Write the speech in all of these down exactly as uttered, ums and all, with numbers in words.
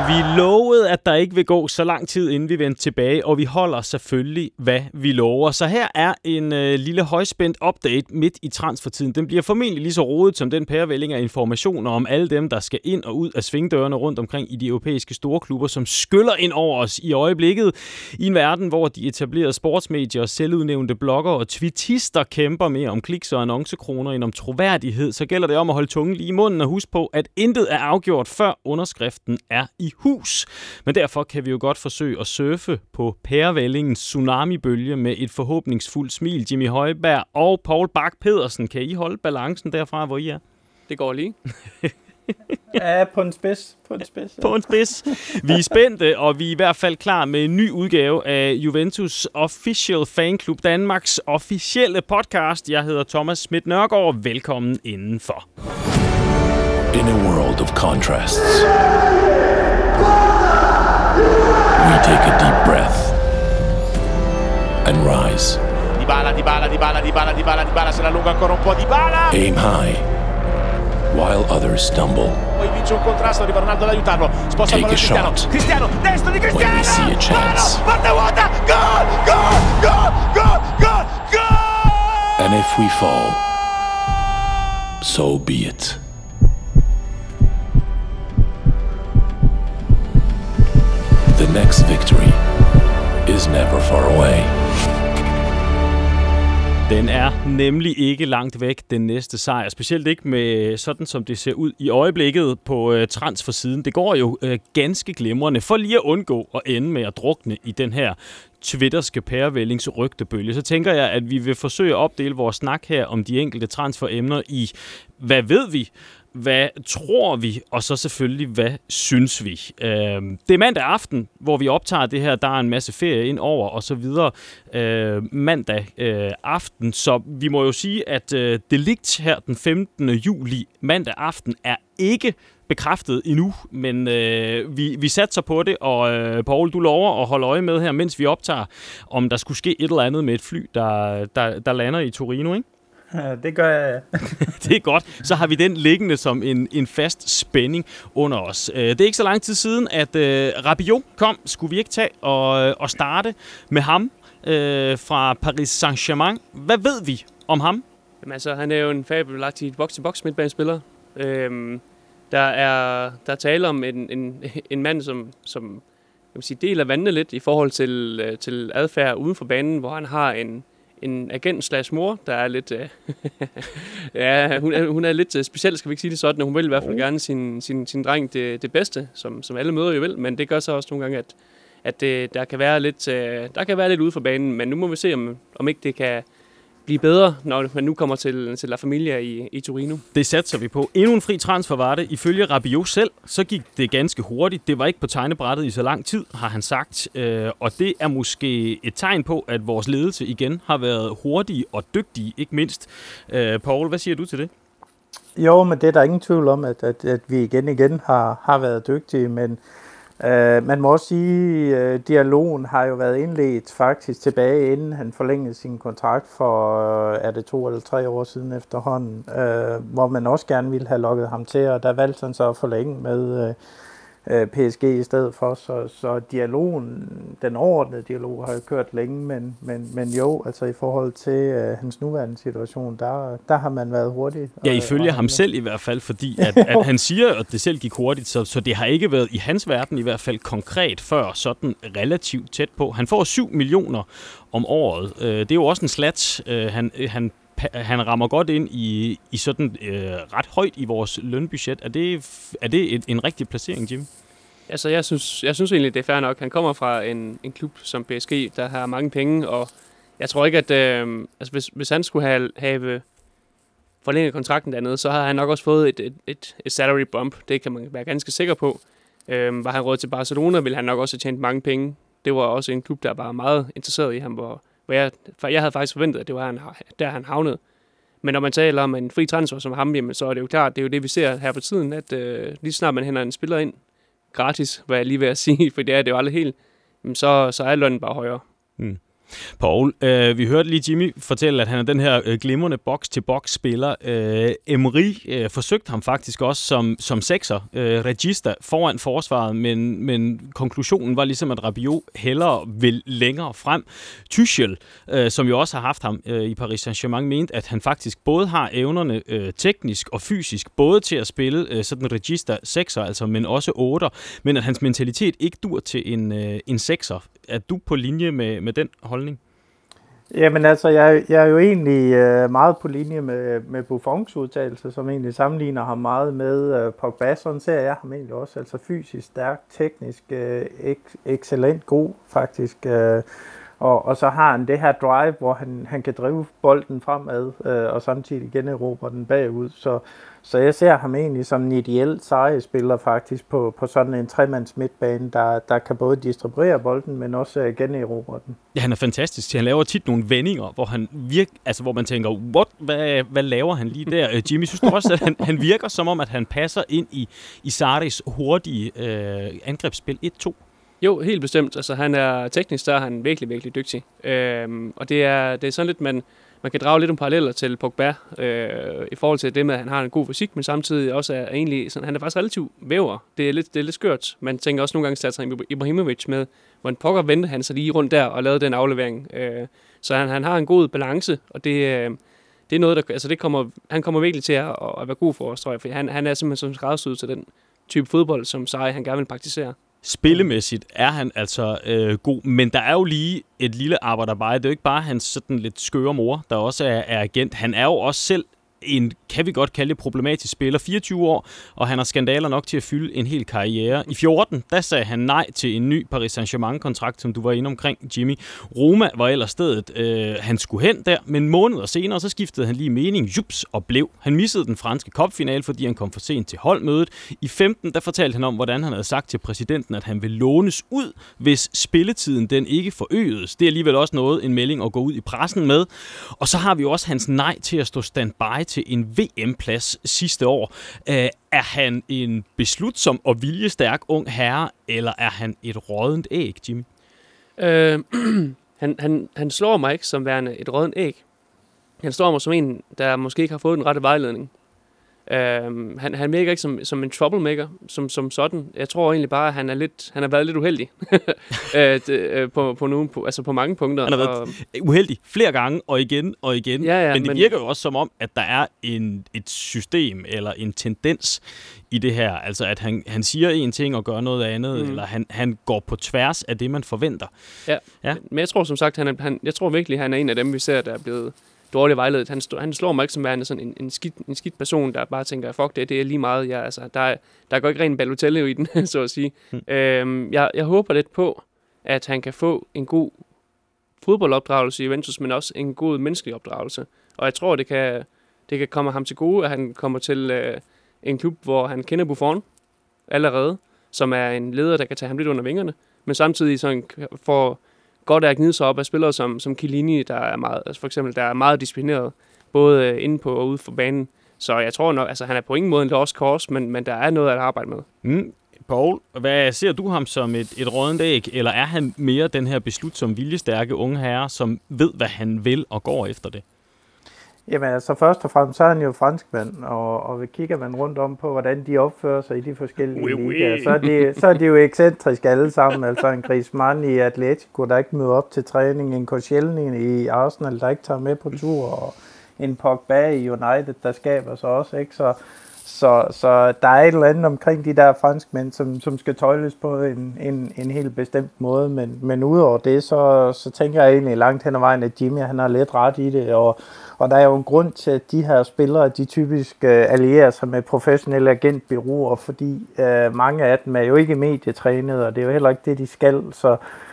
Vi lovede, at der ikke vil gå så lang tid, inden vi vender tilbage, og vi holder selvfølgelig, hvad vi lover. Så her er en øh, lille højspændt update midt i transfertiden. Den bliver formentlig lige så rodet som den pærevælling af informationer om alle dem, der skal ind og ud af svingdørene rundt omkring i de europæiske store klubber, som skyller ind over os i øjeblikket. I en verden, hvor de etablerede sportsmedier, selvudnævnte blogger og twittister kæmper mere om kliks og annoncekroner end om troværdighed, så gælder det om at holde tungen lige i munden og huske på, at intet er afgjort, før underskriften er i hus. Men derfor kan vi jo godt forsøge at surfe på pærevællingens tsunamibølge med et forhåbningsfuldt smil. Jimmy Højberg og Poul Bak Pedersen, kan I holde balancen derfra, hvor I er? Det går lige. Ja, på en spids. På en spids, ja. På en spids. Vi er spændte, og vi er i hvert fald klar med en ny udgave af Juventus Official Fanclub, Danmarks officielle podcast. Jeg hedder Thomas Schmidt Nørgaard. Velkommen indenfor. In a world of contrasts, we take a deep breath and rise. Dybala, Dybala, Dybala, Dybala, Dybala, Dybala, se la allunga ancora un po' Dybala. Aim high, while others stumble. Poi vince un contrasto, arriva Ronaldo ad aiutarlo. Sposta il pallone Cristiano. Cristiano, destro di Cristiano. When we see a chance. Parte vuota, gol, gol, gol, gol, gol, gol. And if we fall, so be it. The next victory is never far away. Den er nemlig ikke langt væk, den næste sejr. Specielt ikke med sådan, som det ser ud i øjeblikket på øh, transfersiden. Det går jo øh, ganske glimrende. For lige at undgå at ende med at drukne i den her twitterske pærevællingens rygtebølge, så tænker jeg, at vi vil forsøge at opdele vores snak her om de enkelte transferemner i, hvad ved vi? Hvad tror vi? Og så selvfølgelig, hvad synes vi? Øh, det er mandag aften, hvor vi optager det her. Der er en masse ferie ind over og så videre. Øh, mandag øh, aften. Så vi må jo sige, at øh, det ligt her den femtende juli mandag aften er ikke bekræftet endnu, men øh, vi, vi satser på det, og øh, Poul, du lover at holde øje med her, mens vi optager, om der skulle ske et eller andet med et fly, der, der, der lander i Torino, ikke? Ja, det gør jeg. Det er godt. Så har vi den liggende som en, en fast spænding under os. Det er ikke så lang tid siden, at uh, Rabiot kom. Skulle vi ikke tage og, og starte med ham uh, fra Paris Saint-Germain? Hvad ved vi om ham? Jamen, altså, han er jo en fabelagtig box-to-box midtbanespiller. Øhm, der er der er tale om en, en, en mand, som, som jeg vil sige, deler vandene lidt i forhold til, til adfærd uden for banen, hvor han har en en agent slash mor, der er lidt... Øh, ja, hun er, hun er lidt speciel, skal vi ikke sige det sådan, og hun vil i hvert fald gerne sin, sin, sin dreng det, det bedste, som, som alle møder jo vil, men det gør så også nogle gange, at, at det, der kan være lidt øh, der kan være lidt ude for banen, men nu må vi se, om, om ikke det kan blive bedre, når man nu kommer til, til La Familia i, i Torino. Det satser vi på. Endnu en fri transfer var det. Ifølge Rabiot selv, så gik det ganske hurtigt. Det var ikke på tegnebrættet i så lang tid, har han sagt. Øh, og det er måske et tegn på, at vores ledelse igen har været hurtige og dygtige, ikke mindst. Øh, Poul, hvad siger du til det? Jo, men det er der ingen tvivl om, at, at, at vi igen igen har, har været dygtige, men Uh, man må også sige, at uh, dialogen har jo været indledt faktisk tilbage, inden han forlængede sin kontrakt for, uh, er det to eller tre år siden efterhånden, uh, hvor man også gerne ville have lukket ham til, og der valgte han så at forlænge med uh, uh, P S G i stedet for, så, så dialogen, den overordnede dialog har jo kørt længe, men, men, men jo, altså i forhold til uh, hans nuværende situation, der, der har man været hurtig. Ja, ifølge ham selv i hvert fald, fordi at, at han siger, at det selv gik hurtigt, så, så det har ikke været i hans verden i hvert fald konkret før sådan relativt tæt på. Han får syv millioner om året. Det er jo også en slat. Han, han, han rammer godt ind i, i sådan øh, ret højt i vores lønbudget. Er det, er det et, en rigtig placering, Jim? Altså, jeg synes, jeg synes egentlig, det er fair nok. Han kommer fra en, en klub som P S G, der har mange penge, og jeg tror ikke, at øh, altså, hvis, hvis han skulle have, have forlænget kontrakten dernede, så har han nok også fået et, et, et, et salary bump. Det kan man være ganske sikker på. Øh, var han råd til Barcelona, ville han nok også have tjent mange penge. Det var også en klub, der var meget interesseret i ham, hvor, hvor jeg, for jeg havde faktisk forventet, at det var han, der han havnede. Men når man taler om en fri transfer som ham, jamen, så er det jo klart, det er jo det, vi ser her på tiden, at øh, lige snart man henter en spiller ind, gratis, hvad jeg lige ved at sige, for det er det jo aldrig helt, så, så er lønnen bare højere. Mm. Paul, øh, vi hørte lige Jimmy fortælle, at han er den her øh, glimrende box-til-box-spiller. Øh, Emery øh, forsøgte ham faktisk også som, som sekser, øh, regista, foran forsvaret, men, men konklusionen var ligesom, at Rabiot hellere vil længere frem. Tuchel, øh, som jo også har haft ham øh, i Paris Saint-Germain, mente, at han faktisk både har evnerne øh, teknisk og fysisk, både til at spille øh, sådan regista sekser, altså, men også otter, men at hans mentalitet ikke dur til en, øh, en sekser. Er du på linje med, med den holdning? Jamen altså, jeg, jeg er jo egentlig øh, meget på linje med, med Buffons udtalelse, som egentlig sammenligner ham meget med øh, Pogba. Sådan ser jeg ham egentlig også, altså fysisk stærk, teknisk, øh, ek, excellent god faktisk. Øh, og, og så har han det her drive, hvor han, han kan drive bolden fremad, øh, og samtidig generobre den bagud. Så, så jeg ser ham egentlig som en ideel sejrspiller faktisk på, på sådan en tremands midtbane, der, der kan både distribuere bolden, men også generobre den. Ja, han er fantastisk. Han laver tit nogle vendinger, hvor han virker, altså hvor man tænker, what, hvad, hvad laver han lige der? Jimmy, synes du også, at han, han virker som om, at han passer ind i, i Sarris hurtige øh, angrebsspil et to? Jo, helt bestemt. Altså, han er teknisk, der er han virkelig, virkelig dygtig. Øhm, og det er, det er sådan lidt, man, man kan drage lidt om paralleller til Pogba, øh, i forhold til det med, at han har en god fysik, men samtidig også er egentlig, sådan, han er faktisk relativt væver. Det er lidt, det er lidt skørt. Man tænker også nogle gange, at han Ibrahimovic med, hvordan pokker vendte han sig lige rundt der og lavede den aflevering. Øh, så han, han har en god balance, og det, øh, det er noget, der, altså det kommer, han kommer virkelig til at, at være god for os, tror jeg, for han, han er simpelthen som skræddersyet til den type fodbold, som Sarri han gerne vil praktisere. Spillemæssigt er han altså øh, god, men der er jo lige et lille arbejderbejde. Det er jo ikke bare hans sådan lidt skøre mor, der også er, er agent. Han er jo også selv en, kan vi godt kalde det, problematisk spiller. fireogtyve år, og han har skandaler nok til at fylde en hel karriere. I fjorten, der sagde han nej til en ny Paris Saint-Germain-kontrakt, som du var inde omkring, Jimmy. Roma var ellers stedet, øh, han skulle hen der, men måneder senere, så skiftede han lige mening, jups, og blev. Han missede den franske cupfinale, fordi han kom for sent til holdmødet. I femten, der fortalte han om, hvordan han havde sagt til præsidenten, at han ville lånes ud, hvis spilletiden den ikke forøgedes. Det er alligevel også noget, en melding at gå ud i pressen med. Og så har vi også hans nej til at stå standby til en V M-plads sidste år. Uh, er han en beslutsom og viljestærk ung herre, eller er han et råddent æg, Jimmy? Øh, han, han, han slår mig ikke som værende et råddent æg. Han slår mig som en, der måske ikke har fået den rette vejledning. Øh, han, han virker ikke som, som en troublemaker, som, som sådan. Jeg tror egentlig bare, at han, er lidt, han har været lidt uheldig øh, det, på, på, nogle, på, altså på mange punkter. Han har været og, uheldig flere gange, og igen og igen. Ja, ja, men det men, virker jo også som om, at der er en, et system eller en tendens i det her. Altså, at han, han siger en ting og gør noget andet, mm. eller han, han går på tværs af det, man forventer. Ja, ja. Men jeg tror som sagt, han er, han, jeg tror virkelig, han er en af dem, vi ser, der er blevet dårligt vejledet. Han, han slår mig ikke som værende sådan en, en, skidt, en skidt person, der bare tænker, fuck det, det er lige meget. Jeg, altså, der, der går ikke rent Balotelli i den, så at sige. Hmm. Øhm, jeg, jeg håber lidt på, at han kan få en god fodboldopdragelse i Juventus, men også en god menneskelig opdragelse. Og jeg tror, det kan, det kan komme ham til gode, at han kommer til øh, en klub, hvor han kender Buffon allerede, som er en leder, der kan tage ham lidt under vingerne, men samtidig sådan får godt at gnide sig op af spillere som, som Chiellini, der er meget, altså for eksempel, der er meget disciplineret, både inde på og ude for banen. Så jeg tror nok, altså han er på ingen måde en lost cause, men, men der er noget at arbejde med. Mm. Paul, hvad ser du ham som et, et råddent æg, eller er han mere den her beslutsomme, viljestærke unge herre, som ved, hvad han vil og går efter det? Jamen altså først og fremmest så er han jo franskmand, og, og kigger man rundt om på, hvordan de opfører sig i de forskellige oui, oui. ligaer, så er, de, så er de jo ekscentriske alle sammen. Altså en Griezmann i Atletico, der ikke møder op til træning, en Koscielny i Arsenal, der ikke tager med på tur, og en Pogba i United, der skaber sig også, ikke? Så, så, så der er et eller andet omkring de der franskmænd, som, som skal tøjles på en, en, en helt bestemt måde, men, men udover det, så, så tænker jeg egentlig langt hen ad vejen, at Jimmy han har lidt ret i det, og Og der er jo en grund til, at de her spillere, de typisk uh, allierer sig med professionelle agentbureauer, fordi uh, mange af dem er jo ikke medietrænet, og det er jo heller ikke det, de skal. Så,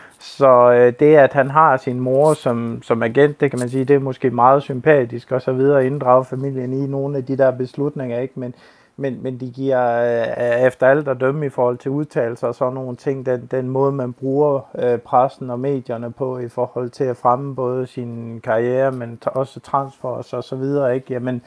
så uh, det, at han har sin mor som, som agent, det kan man sige, det er måske meget sympatisk, og så videre inddrage familien i nogle af de der beslutninger, ikke? Men, men, men de giver uh, efter alt at dømme i forhold til udtalelser og sådan nogle ting, den, den måde, man bruger uh, pressen og medierne på i forhold til at fremme både sin karriere, men også transfers og så videre, ikke? Jamen,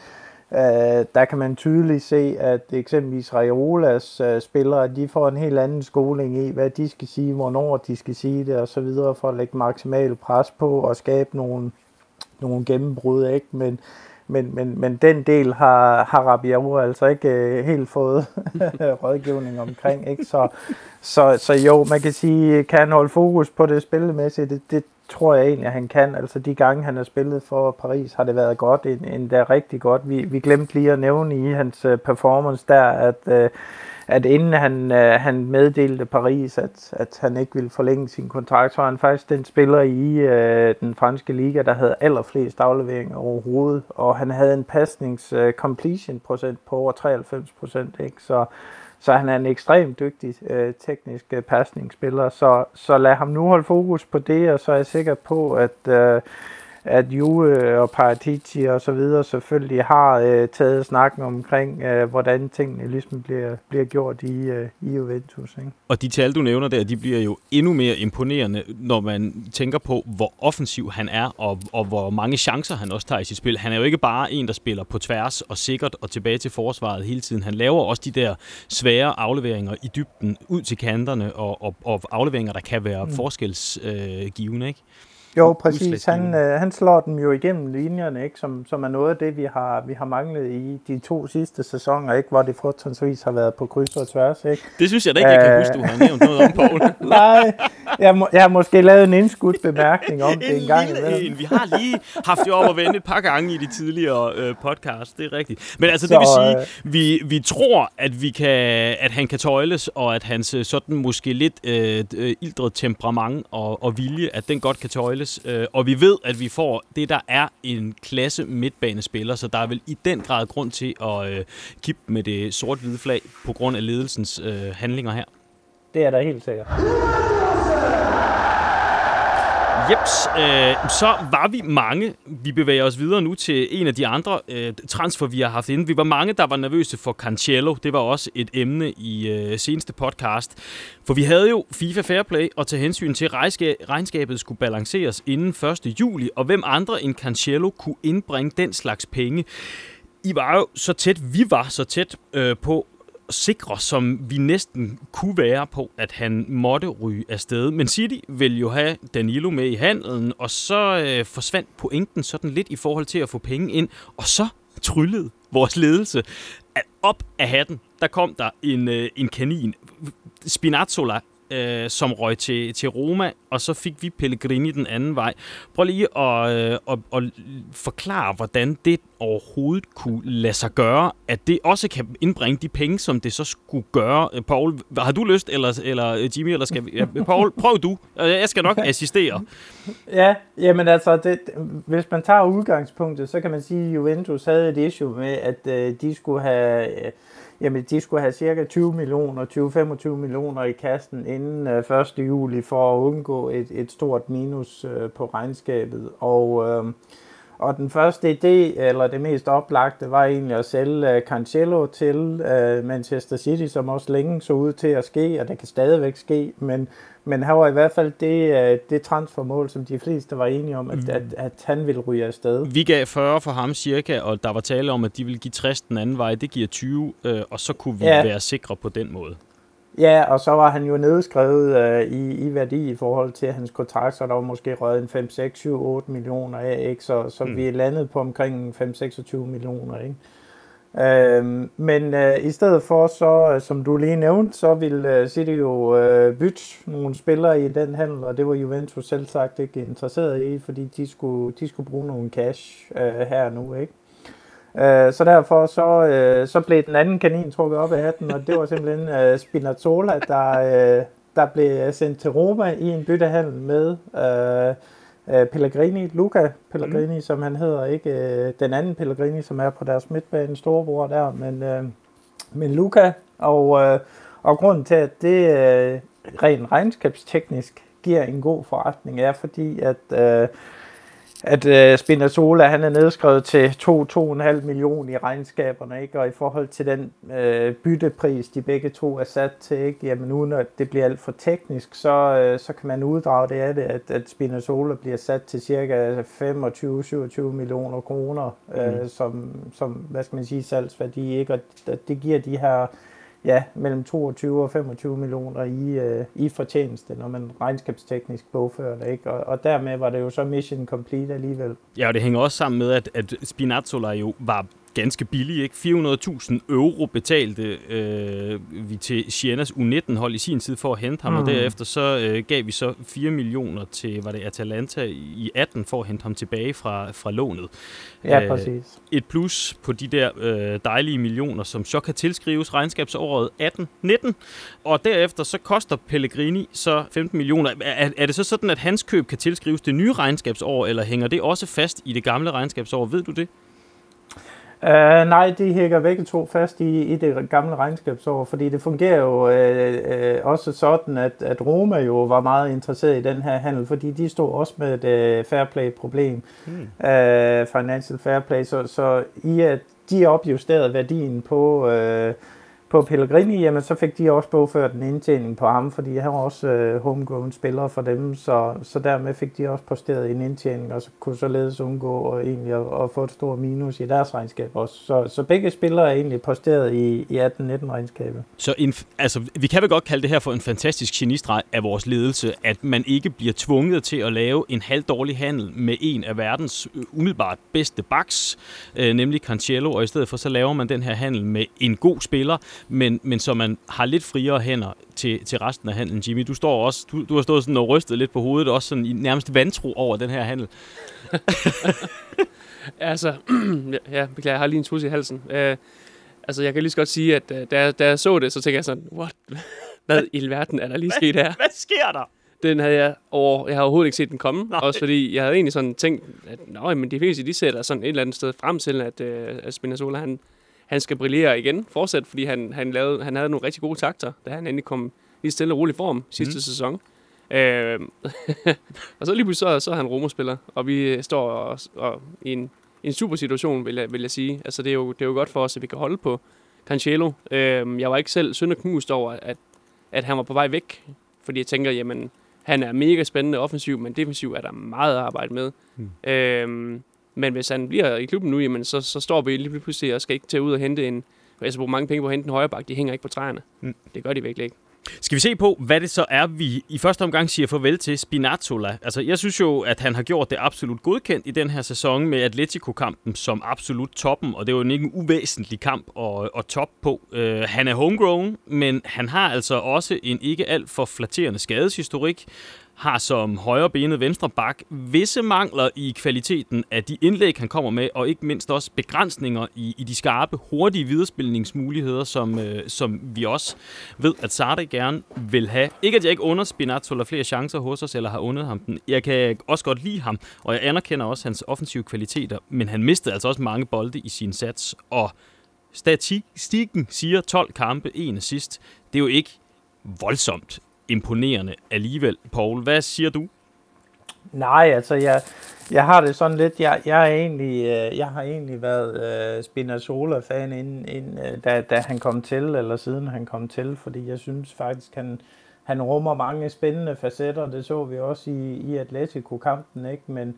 Øh, der kan man tydeligt se, at eksempelvis Raiolas øh, spillere, de får en helt anden skoling i, hvad de skal sige, hvornår de skal sige det, og så videre, for at lægge maksimal pres på og skabe nogle, nogle gennembrud, ikke? Men, men, men, men den del har, har Rabiot altså ikke øh, helt fået rådgivning omkring, ikke? Så, så, så jo, man kan sige, kan han holde fokus på det spillemæssigt, det, det tror jeg egentlig, at han kan. Altså de gange, han har spillet for Paris, har det været godt, endda rigtig godt. Vi, vi glemte lige at nævne i hans uh, performance der, at, uh, at inden han, uh, han meddelte Paris, at, at han ikke ville forlænge sin kontrakt, så var han faktisk den spiller i uh, den franske liga, der havde allerflest afleveringer overhovedet, og han havde en passnings uh, completion procent på over treoghalvfems procent, ikke? Så Så han er en ekstremt dygtig øh, teknisk øh, pasningsspiller, så, så lad ham nu holde fokus på det, og så er jeg sikker på, at, øh, at Juve og Paratici og så videre selvfølgelig har øh, taget snakken omkring, øh, hvordan tingene ligesom bliver, bliver gjort i, øh, i Juventus. Ikke? Og de tal, du nævner der, de bliver jo endnu mere imponerende, når man tænker på, hvor offensiv han er, og, og hvor mange chancer han også tager i sit spil. Han er jo ikke bare en, der spiller på tværs og sikkert og tilbage til forsvaret hele tiden. Han laver også de der svære afleveringer i dybden ud til kanterne, og, og, og afleveringer, der kan være mm. forskelsgivende, ikke? Jo, præcis. Han, øh, han slår dem jo igennem linjerne, ikke? Som, som er noget af det, vi har, vi har manglet i de to sidste sæsoner, ikke? Hvor det fortrinsvis har været på kryds og tværs. Ikke? Det synes jeg da ikke, jeg kan huske, du har nævnt noget om, Poul. Nej, jeg, må, jeg har måske lavet en indskudt bemærkning om det en gang imellem. En. Vi har lige haft det op at vende et par gange i de tidligere øh, podcasts, det er rigtigt. Men altså, så, det vil sige, øh, vi, vi tror, at, vi kan, at han kan tøjles, og at hans sådan måske lidt øh, ildret temperament og, og vilje, at den godt kan tøjles. Og vi ved, at vi får det, der er en klasse midtbanespiller, så der er vel i den grad grund til at øh, kippe med det sort-hvide flag på grund af ledelsens øh, handlinger her. Det er der helt sikkert. Jeps, øh, så var vi mange. Vi bevæger os videre nu til en af de andre øh, transfer, vi har haft inde. Vi var mange, der var nervøse for Cancelo. Det var også et emne i øh, seneste podcast. For vi havde jo FIFA Fair Play og tage hensyn til, at regnskabet skulle balanceres inden første juli. Og hvem andre end Cancelo kunne indbringe den slags penge? I var jo så tæt, vi var så tæt øh, på sikre, som vi næsten kunne være på, at han måtte ryge afsted. Men City ville jo have Danilo med i handelen, og så øh, forsvandt pointen sådan lidt i forhold til at få penge ind, og så tryllede vores ledelse, at op af hatten, der kom der en, øh, en kanin, Spinazzola, øh, som røg til, til Roma, og så fik vi Pellegrini den anden vej. Prøv lige at, øh, at, at forklare, hvordan det overhovedet kunne lade sig gøre, at det også kan indbringe de penge, som det så skulle gøre. Paul, har du lyst, eller, eller Jimmy, eller skal vi? Ja, Paul, prøv du. Jeg skal nok assistere. Ja, jamen altså, det, hvis man tager udgangspunktet, så kan man sige, at Juventus havde et issue med, at øh, de skulle have... Øh, Jamen, de skulle have cirka tyve millioner, tyve til femogtyve millioner i kassen inden øh, første juli for at undgå et, et stort minus øh, på regnskabet. Og, øh, og den første idé, eller det mest oplagte, var egentlig at sælge øh, Cancelo til øh, Manchester City, som også længe så ud til at ske, og det kan stadigvæk ske, men, men her var i hvert fald det, øh, det transfermål, som de fleste var enige om, at, mm. at, at han ville ryge afsted. Vi gav fyrre for ham cirka, og der var tale om, at de ville give tres den anden vej. Det giver tyve, øh, og så kunne vi ja. være sikre på den måde. Ja, og så var han jo nedskrevet øh, i, i værdi i forhold til hans kontrakt, så der var måske røget en fem, seks, syv, otte millioner af, ikke? Så, så mm. vi er landet på omkring fem til seksogtyve millioner, ikke? Øhm, men øh, i stedet for, så som du lige nævnte, så ville øh, City jo øh, bytte nogle spillere i den handel, og det var Juventus selv sagt ikke interesseret i, fordi de skulle, de skulle bruge nogle cash øh, her nu, ikke? Øh, så derfor så, øh, så blev den anden kanin trukket op af hatten, og det var simpelthen øh, Spinazzola, der, øh, der blev sendt til Roma i en byttehandel med øh, øh, Pellegrini, Luca Pellegrini, mm. som han hedder, ikke øh, den anden Pellegrini, som er på deres midtbane, storebror der, men, øh, men Luca, og, øh, og grunden til, at det øh, rent regnskabsteknisk giver en god forretning, er fordi, at øh, at øh, Spinazzola, han er nedskrevet til to til to komma fem millioner i regnskaberne, ikke? Og i forhold til den øh, byttepris, de begge to er sat til, ikke? Jamen uden at det bliver alt for teknisk, så, øh, så kan man uddrage det af det, at, at Spinazzola bliver sat til cirka femogtyve til syvogtyve millioner kroner, øh, mm. som, som, hvad skal man sige, salgsværdi, ikke? Og det giver de her, ja, mellem toogtyve og femogtyve millioner i, øh, i fortjeneste, når man regnskabsteknisk bogfører det, ikke? Og, og dermed var det jo så mission complete alligevel. Ja, og det hænger også sammen med, at, at Spinazzola jo var ganske billig, ikke? fire hundrede tusind euro betalte øh, vi til Sienas U nitten-hold i sin tid for at hente ham, mm. og derefter så øh, gav vi så fire millioner til, var det Atalanta i atten, for at hente ham tilbage fra, fra lånet. Ja, øh, præcis. Et plus på de der øh, dejlige millioner, som så kan tilskrives regnskabsåret atten nitten, og derefter så koster Pellegrini så femten millioner. Er, er det så sådan, at hans køb kan tilskrives det nye regnskabsår, eller hænger det også fast i det gamle regnskabsår? Ved du det? Uh, nej, de hænger begge to fast i, i det gamle regnskabsår, fordi det fungerer jo uh, uh, også sådan, at, at Roma jo var meget interesseret i den her handel, fordi de stod også med et uh, fair play-problem, hmm. uh, financial fair play, så, så i at de opjusterede værdien på, uh, på Pellegrini, jamen så fik de også bogført en indtjening på ham, fordi han var også uh, homegrown spiller for dem, så, så dermed fik de også posteret en indtjening, og så kunne således undgå og egentlig at, at få et stort minus i deres regnskab også. Så, så begge spillere er egentlig posteret i, i atten nitten regnskabet. Så en, altså, vi kan vel godt kalde det her for en fantastisk genistreg af vores ledelse, at man ikke bliver tvunget til at lave en halvdårlig handel med en af verdens umiddelbart bedste backs, øh, nemlig Cancelo, og i stedet for så laver man den her handel med en god spiller, Men, men så man har lidt friere hænder til, til resten af handlen. Jimmy, du står også, du, du har stået sådan og rystet lidt på hovedet, også sådan i nærmest vantro over den her handel. altså, ja, beklager, jeg har lige en tusse i halsen. Uh, altså, jeg kan lige så godt sige, at uh, da, jeg, da jeg så det, så tænkte jeg sådan, what? Hvad i verden er der lige sket her? Hvad sker der? Den havde jeg over, jeg har overhovedet ikke set den komme, Nej. Også fordi jeg havde egentlig sådan tænkt, at nå, men de fleste, de sætter sådan et eller andet sted frem til, at, uh, at Spinazzola, han Han skal brillere igen, fortsat, fordi han, han, lavede, han havde nogle rigtig gode takter, da han endelig kom lige stille og rolig form sidste mm. sæson. Øh, og så lige pludselig så, så er han Roma-spiller, og vi står og, og i en, en super situation, vil jeg, vil jeg sige. Altså, det er, jo, det er jo godt for os, at vi kan holde på Cancelo. Øh, jeg var ikke selv sønderknust over, at, at han var på vej væk, fordi jeg tænker, jamen, han er mega spændende offensiv, men defensiv er der meget at arbejde med. Mm. Øh, Men hvis han bliver i klubben nu, jamen, så, så står vi lige pludselig og skal ikke tage ud og hente en... Altså bruge mange penge på at hente en højreback, de hænger ikke på træerne. Mm. Det gør de virkelig ikke. Skal vi se på, hvad det så er, vi i første omgang siger farvel til Spinazzola? Altså, jeg synes jo, at han har gjort det absolut godkendt i den her sæson med Atletico-kampen som absolut toppen, og det var jo ikke en uvæsentlig kamp at, at top på. Uh, han er homegrown, men han har altså også en ikke alt for flatterende skadeshistorik, har som højrebenet venstre bak visse mangler i kvaliteten af de indlæg, han kommer med, og ikke mindst også begrænsninger i, i de skarpe, hurtige viderespilningsmuligheder, som, øh, som vi også ved, at Sarri gerne vil have. Ikke at jeg ikke under Spinazzola flere chancer hos os, eller har undet ham den. Jeg kan også godt lide ham, og jeg anerkender også hans offensive kvaliteter, men han mistede altså også mange bolde i sin sats, og statistikken siger tolv kampe, en assist. Det er jo ikke voldsomt imponerende alligevel. Paul, hvad siger du? Nej, altså jeg, jeg har det sådan lidt, jeg, jeg, er egentlig, jeg har egentlig været uh, Spinazzola-fan, inden, inden, uh, da, da han kom til, eller siden han kom til, fordi jeg synes faktisk, han, han rummer mange spændende facetter, det så vi også i, i Atletico-kampen, ikke? Men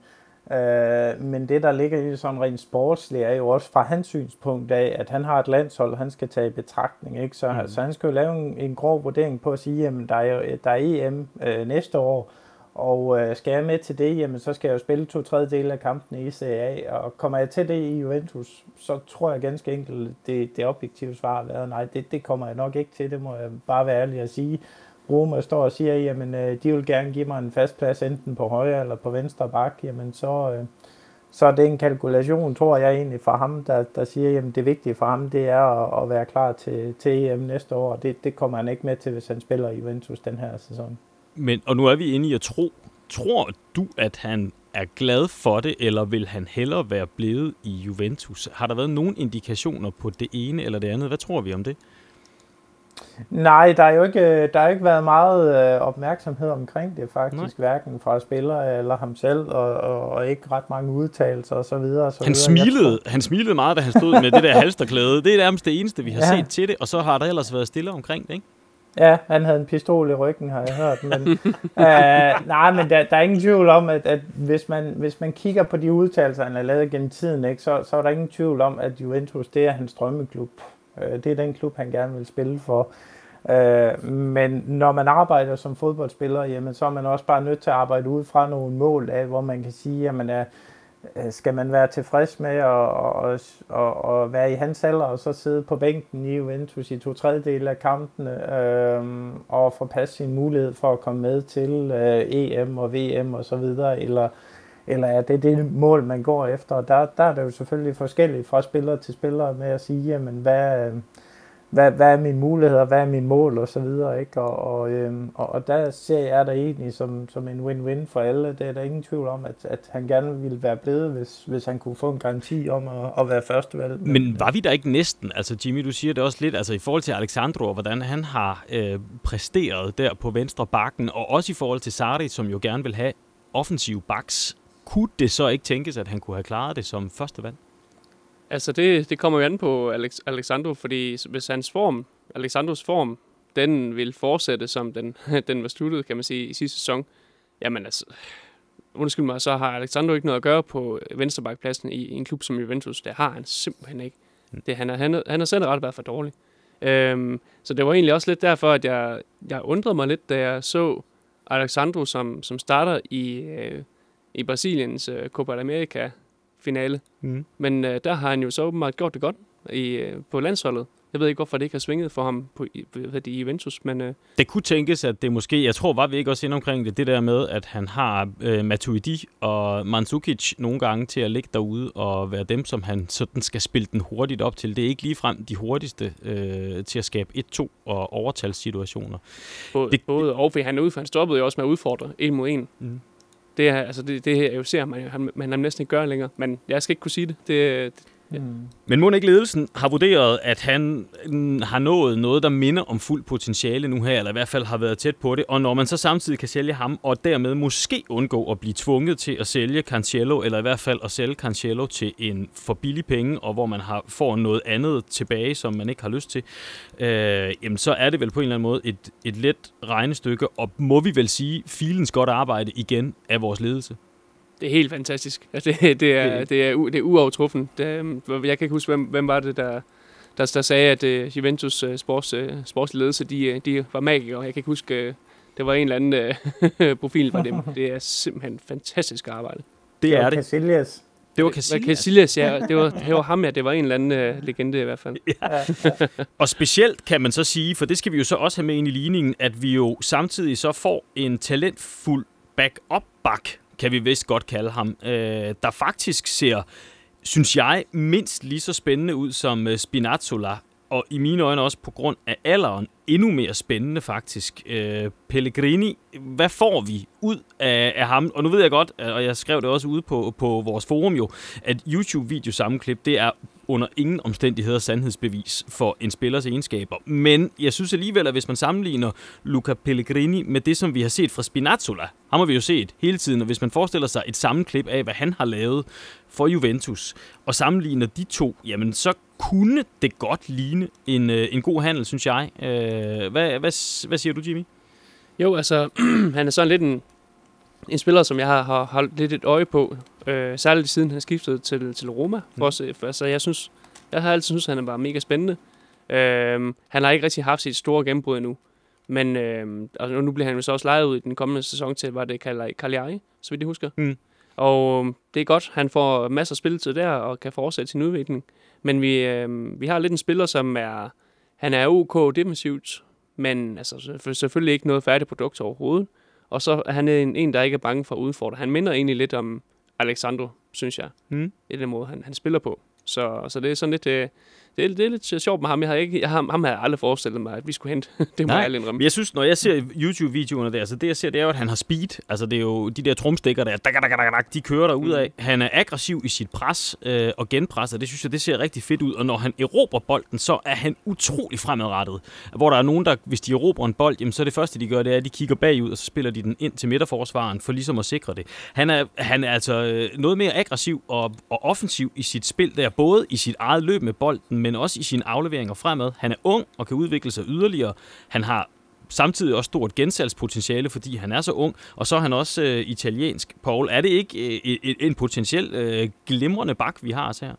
Uh, men det, der ligger i sådan rent sportsligt, er jo også fra hans synspunkt af, at han har et landshold, han skal tage i betragtning, ikke? Så, mm. så han skal jo lave en, en grov vurdering på at sige, jamen der er, der er E M uh, næste år, og uh, skal jeg med til det, jamen så skal jeg jo spille to tredjedele af kampene i Serie A, og kommer jeg til det i Juventus, så tror jeg ganske enkelt, det, det objektive svar har været, nej, det, det kommer jeg nok ikke til, det må jeg bare være ærlig at sige. Roma står og siger, jamen de vil gerne give mig en fast plads enten på højre eller på venstre bak, jamen så, øh, så er det en kalkulation, tror jeg egentlig fra ham, der, der siger, jamen det vigtige for ham, det er at, at være klar til, til E M næste år, og det, det kommer han ikke med til, hvis han spiller i Juventus den her sæson. Men, og nu er vi inde i at tro, tror du, at han er glad for det, eller vil han hellere være blevet i Juventus? Har der været nogen indikationer på det ene eller det andet? Hvad tror vi om det? Nej, der er jo ikke, der har ikke været meget øh, opmærksomhed omkring det faktisk, Nej. hverken fra spillere eller ham selv, og, og, og ikke ret mange udtalelser og så videre. Og så Han videre. smilede, han smilede meget, da han stod med det der halsterklæde. Det er nærmest det eneste, vi har Ja. set til det, og så har der ellers været stille omkring det, ikke? Ja, han havde en pistol i ryggen, har jeg hørt. Men, øh, nej, men der, der er ingen tvivl om, at, at hvis, man, hvis man kigger på de udtalelser, han har lavet gennem tiden, ikke, så, så er der ingen tvivl om, at Juventus, det er hans drømmeklub. Øh, det er den klub, han gerne vil spille for. Øh, men når man arbejder som fodboldspiller, jamen, så er man også bare nødt til at arbejde ud fra nogle mål af, hvor man kan sige, at man er, skal man være tilfreds med at og, og, og være i hans alder, og så sidde på bænken i Juventus i to tredjedele af kampene, øh, og forpasse sin mulighed for at komme med til øh, E M og V M og så videre, eller, eller er det det mål, man går efter? Og der, der er det jo selvfølgelig forskelligt fra spiller til spiller med at sige, jamen, hvad... Øh, Hvad, hvad er mine muligheder, hvad er mine mål og så videre, ikke? Og, og, øhm, og, og der ser jeg der egentlig som, som en win-win for alle. Det er der ingen tvivl om, at, at han gerne ville være blevet, hvis, hvis han kunne få en garanti om at, at være førstevalg. Men var vi der ikke næsten? Altså Jimmy, du siger det også lidt, altså i forhold til Alexandro, og hvordan han har øh, præsteret der på venstre bakken, og også i forhold til Sarri, som jo gerne vil have offensiv backs. Kunne det så ikke tænkes, at han kunne have klaret det som førstevalg? Altså, det, det kommer jo an på Alex, Alexandro, fordi hvis hans form, Alexandros form, den vil fortsætte, som den, den var sluttet, kan man sige, i sidste sæson, jamen altså, undskyld mig, så har Alexandro ikke noget at gøre på venstrebackpladsen i, i en klub som Juventus. Det har han simpelthen ikke. Det, han, er, han, er, han har selv ret været for dårlig. Øhm, så det var egentlig også lidt derfor, at jeg, jeg undrede mig lidt, da jeg så Alexandro, som, som starter i, øh, i Brasiliens øh, Copa America finale. Mm. Men øh, der har han jo så åbenbart gjort det godt i, øh, på landsholdet. Jeg ved ikke, hvorfor det ikke har svinget for ham på, i, i Juventus, men... Øh, det kunne tænkes, at det måske... Jeg tror, var vi ikke også inde omkring det, det der med, at han har øh, Matuidi og Mandzukic nogle gange til at ligge derude og være dem, som han sådan skal spille den hurtigt op til. Det er ikke ligefrem de hurtigste øh, til at skabe et to og overtalssituationer. Både, det, både og, for han er ude, for han stoppede jo også med at udfordre en mod en. Mm. Det er, altså det, det her, jeg ser man, han, man næsten ikke gør længere, men jeg skal ikke kunne sige det. det, det ja. mm. Men må ikke ledelsen har vurderet, at han mm, har nået noget, der minder om fuld potentiale nu her, eller i hvert fald har været tæt på det, og når man så samtidig kan sælge ham, og dermed måske undgå at blive tvunget til at sælge Cancelo, eller i hvert fald at sælge Cancelo til en for billig penge, og hvor man har, får noget andet tilbage, som man ikke har lyst til, øh, jamen så er det vel på en eller anden måde et, et let regnestykke, og må vi vel sige, filens godt arbejde igen af vores ledelse. Det er helt fantastisk. Altså, det, det, er, det, er, det er uovertruffen. Det, jeg kan ikke huske, hvem, hvem var det, der, der, der sagde, at uh, Juventus uh, sports, uh, sportsledelse, de, de var magikere. Jeg kan ikke huske, uh, det var en eller anden uh, profil fra dem. Det er simpelthen fantastisk arbejde. Det er det. Casillas. Det var Casillas. Casillas, ja. Det var, det var ham, ja. Det var en eller anden uh, legende i hvert fald. Ja. Og specielt kan man så sige, for det skal vi jo så også have med ind i ligningen, at vi jo samtidig så får en talentfuld back-up-back, kan vi vist godt kalde ham, øh, der faktisk ser, synes jeg, mindst lige så spændende ud som øh, Spinazzola, og i mine øjne også på grund af alderen endnu mere spændende faktisk. Øh, Pellegrini, hvad får vi ud af, af ham? Og nu ved jeg godt, og jeg skrev det også ude på, på vores forum jo, at YouTube-videosammenklip, det er under ingen omstændigheder sandhedsbevis for en spillers egenskaber. Men jeg synes alligevel, at hvis man sammenligner Luca Pellegrini med det, som vi har set fra Spinazzola, ham har vi jo set hele tiden, og hvis man forestiller sig et sammenklip af, hvad han har lavet for Juventus, og sammenligner de to, jamen så kunne det godt ligne en, en god handel, synes jeg. Hvad, hvad, hvad siger du, Jimmy? Jo, altså, han er sådan lidt en, en spiller, som jeg har, har holdt lidt et øje på, øh, særligt siden han skiftede til, til Roma. For os, for, altså, jeg, synes, jeg har altid synes, han er bare mega spændende. Øh, han har ikke rigtig haft sit store gennembrud endnu, men øh, altså, nu bliver han jo så også lejet ud i den kommende sæson til, hvad det kalder Cagliari, så vidt jeg husker. Mm. Og det er godt, han får masser af spilletid der, og kan fortsætte sin udvikling. Men vi, øh, vi har lidt en spiller, som er, han er OK defensivt, men altså, selvfølgelig ikke noget færdigt produkt overhovedet. Og så er han en, en, der ikke er bange for at udfordre. Han minder egentlig lidt om Alexandro, synes jeg, mm. i den måde, han, han spiller på. Så, så det er sådan lidt, øh, det, er, det er lidt sjovt med ham. Jeg har, ikke, jeg har, ham har jeg aldrig forestillet mig, at vi skulle hente. Det må Nej, jeg indrømme. jeg synes, når jeg ser YouTube-videoerne der, så det jeg ser, det er jo, at han har speed. Altså det er jo de der trumstikker der, dak, dak, dak, dak, de kører der ud af. Mm. Han er aggressiv i sit pres øh, og genpres, og det synes jeg, det ser rigtig fedt ud. Og når han erobrer bolden, så er han utrolig fremadrettet. Hvor der er nogen, der, hvis de erobrer en bold, jamen, så er det første, de gør, det er, at de kigger bagud, og så spiller de den ind til midterforsvaren, for ligesom at sikre det. Han er, han er altså noget mere aggressiv og, og offensiv i sit spil der, både i sit eget løb med bolden, men også i sine afleveringer fremad. Han er ung og kan udvikle sig yderligere. Han har samtidig også stort gensalgspotentiale, fordi han er så ung, og så er han også øh, italiensk. Paul, er det ikke øh, en potentiel øh, glimrende bak, vi har os her?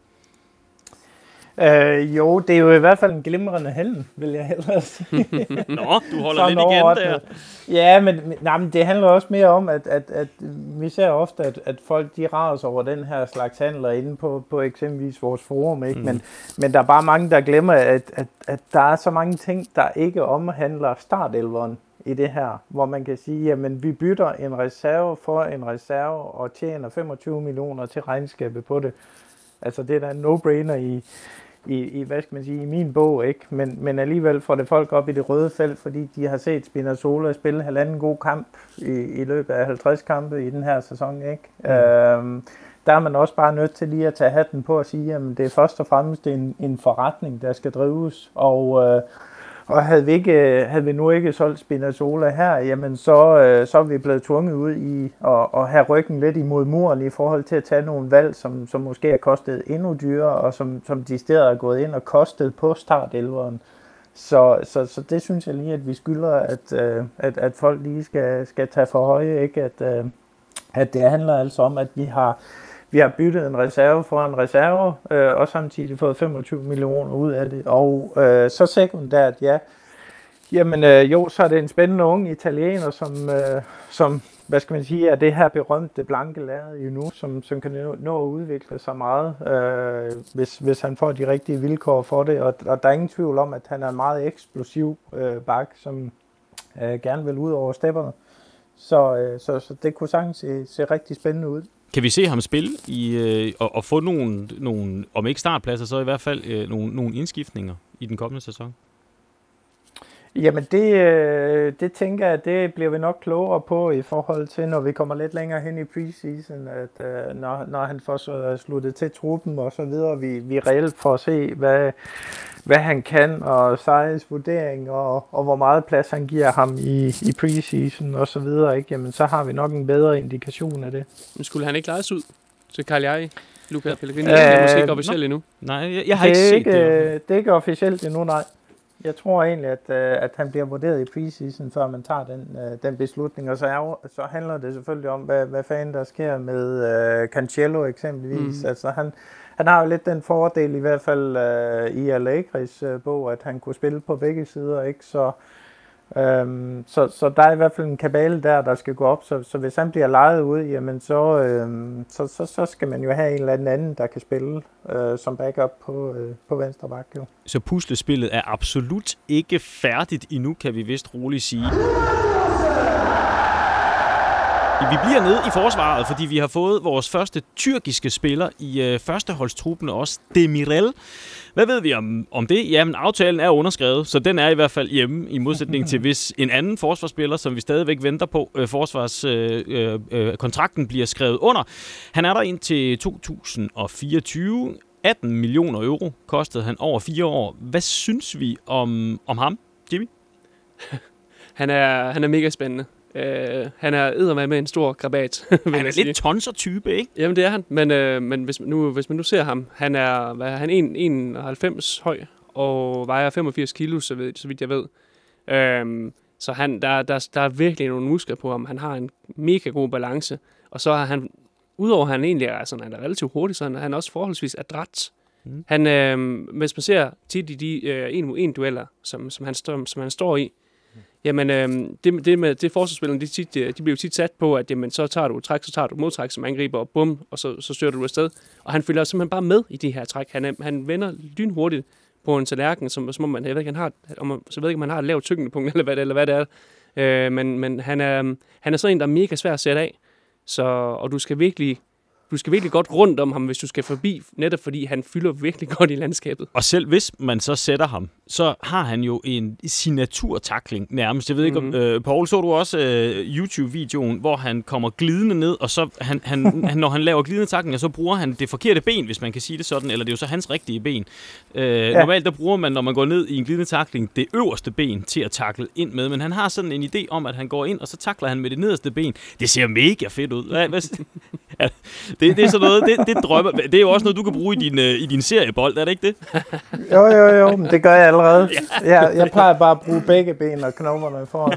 Øh, jo, det er jo i hvert fald en glimrende held, vil jeg hellere sige. Nå, du holder lidt igen der. Ja, men, nej, men det handler også mere om, at, at, at vi ser ofte, at, at folk de raser over den her slags handler inde på, på eksempelvis vores forum, ikke? Mm. Men, men der er bare mange, der glemmer, at, at, at der er så mange ting, der ikke omhandler startelveren i det her, hvor man kan sige, jamen vi bytter en reserve for en reserve og tjener femogtyve millioner til regnskabet på det. Altså det er da en no-brainer i, i, i, hvad skal man sige, i min bog, ikke? Men, men alligevel får det folk op i det røde felt, fordi de har set Spinazzola spille halvanden god kamp i, i løbet af halvtreds kampe i den her sæson, ikke? Mm. Øhm, der er man også bare nødt til lige at tage hatten på og sige, at det er først og fremmest en, en forretning, der skal drives, og øh, Og havde vi, ikke, havde vi nu ikke solgt Spinazzola her, jamen så, øh, så er vi blevet tvunget ud i at, at have ryggen lidt imod muren i forhold til at tage nogle valg, som, som måske er kostet endnu dyrere, og som, som de steder er gået ind og kostet på startelveren. Så, så, så det synes jeg lige, at vi skylder, at, øh, at, at folk lige skal, skal tage for høje, ikke? At, øh, at det handler altså om, at vi har... Vi har byttet en reserve for en reserve, øh, og samtidig fået femogtyve millioner ud af det. Og øh, så sekundært, ja, jamen øh, jo, så er det en spændende ung italiener, som, øh, som hvad skal man sige, er det her berømte blanke lærred i nu, som, som kan nå, nå at udvikle sig meget, øh, hvis, hvis han får de rigtige vilkår for det. Og, og der er ingen tvivl om, at han er en meget eksplosiv øh, bak, som øh, gerne vil ud over stepperne. Så, øh, så, så det kunne sagtens se, se rigtig spændende ud. Kan vi se ham spille i, øh, og, og få nogle, nogle, om ikke startpladser, så i hvert fald øh, nogle, nogle indskiftninger i den kommende sæson? Jamen det, øh, det tænker jeg, det bliver vi nok klogere på i forhold til, når vi kommer lidt længere hen i preseason, at øh, når, når han får så sluttet til truppen og så videre, vi, vi reelt får at se, hvad, hvad han kan, og Sejes vurdering, og, og hvor meget plads han giver ham i, i preseason og så videre, ikke? Jamen så har vi nok en bedre indikation af det. Men skulle han ikke lejes ud til Cagliari? Luca Pellegrini øh, er måske ikke officielt endnu. Nej, jeg, jeg har det ikke set ikke, det. Det er ikke officielt endnu, nej. Jeg tror egentlig, at, at han bliver vurderet i preseason, før man tager den, den beslutning. Og så, er, så handler det selvfølgelig om, hvad, hvad fanden der sker med uh, Cancelo eksempelvis. Mm. Altså, han, han har jo lidt den fordel, i hvert fald uh, i Allegris uh, bog, at han kunne spille på begge sider, ikke? Så, um, så, så der er i hvert fald en kabale der, der skal gå op. Så, så hvis han bliver lejet ud, jamen så, um, så, så, så skal man jo have en eller anden, der kan spille uh, som backup på, uh, på venstre bak, jo. Så puslespillet er absolut ikke færdigt endnu, kan vi vist roligt sige. Vi bliver nede i forsvaret, fordi vi har fået vores første tyrkiske spiller i øh, førsteholdstruppen, også Demirel. Hvad ved vi om, om det? Jamen, aftalen er underskrevet, så den er i hvert fald hjemme, i modsætning til hvis en anden forsvarsspiller, som vi stadigvæk venter på, øh, forsvarskontrakten øh, øh, bliver skrevet under. Han er der indtil to tusind fireogtyve. atten millioner euro kostede han over fire år. Hvad synes vi om, om ham, Jimmy? han, er, han er mega spændende. Uh, han er eddermame med en stor krabat. Han er lidt tonser-type, ikke? Jamen det er han, men, uh, men hvis, nu, hvis man nu ser ham, han er, hvad er han, en komma enoghalvfems høj og vejer femogfirs kilo, så, ved, så vidt jeg ved. Uh, så han, der, der, der er virkelig nogle muskler på ham. Han har en mega god balance, og så har han, udover at han egentlig er, altså, han er relativt hurtig, så han, han er også forholdsvis adræt. Mm. Han, uh, hvis man ser tit i de uh, en mod en dueller, som, som, han, som han står i, jamen, øh, det, det med det forsvarsspillerne, de, tit, de, de bliver jo tit sat på, at jamen, så tager du et træk, så tager du et modtræk som angriber, og bum, og så, så stører du afsted. Og han følger simpelthen bare med i de her træk. Han, er, han vender lynhurtigt på en tallerken, som, som om man, jeg ved ikke, han har, om, så ved ikke, om han har et lavt tyngdepunkt, eller hvad det, eller hvad det er. Øh, men men han, er, han er sådan en, der er mega svær at sætte af. Så, og du skal virkelig, du skal virkelig godt rundt om ham, hvis du skal forbi, netop fordi han fylder virkelig godt i landskabet. Og selv hvis man så sætter ham, så har han jo en signaturtackling nærmest. Jeg ved ikke, mm-hmm. om øh, Paul, så du også øh, YouTube-videoen, hvor han kommer glidende ned, og så han, han, han, når han laver glidende tackling, så bruger han det forkerte ben, hvis man kan sige det sådan, eller det er jo så hans rigtige ben. Øh, ja. Normalt der bruger man, når man går ned i en glidende tackling, det øverste ben til at tackle ind med, men han har sådan en idé om, at han går ind, og så tackler han med det nederste ben. Det ser mega fedt ud. Hvad, hvad, ja, det, det er sådan noget, det, det drømmer. Det er jo også noget, du kan bruge i din, uh, i din seriebold, er det ikke det? Jo, jo, jo, men det gør jeg allerede. Jeg, jeg plejer bare at bruge begge ben og knoglerne for.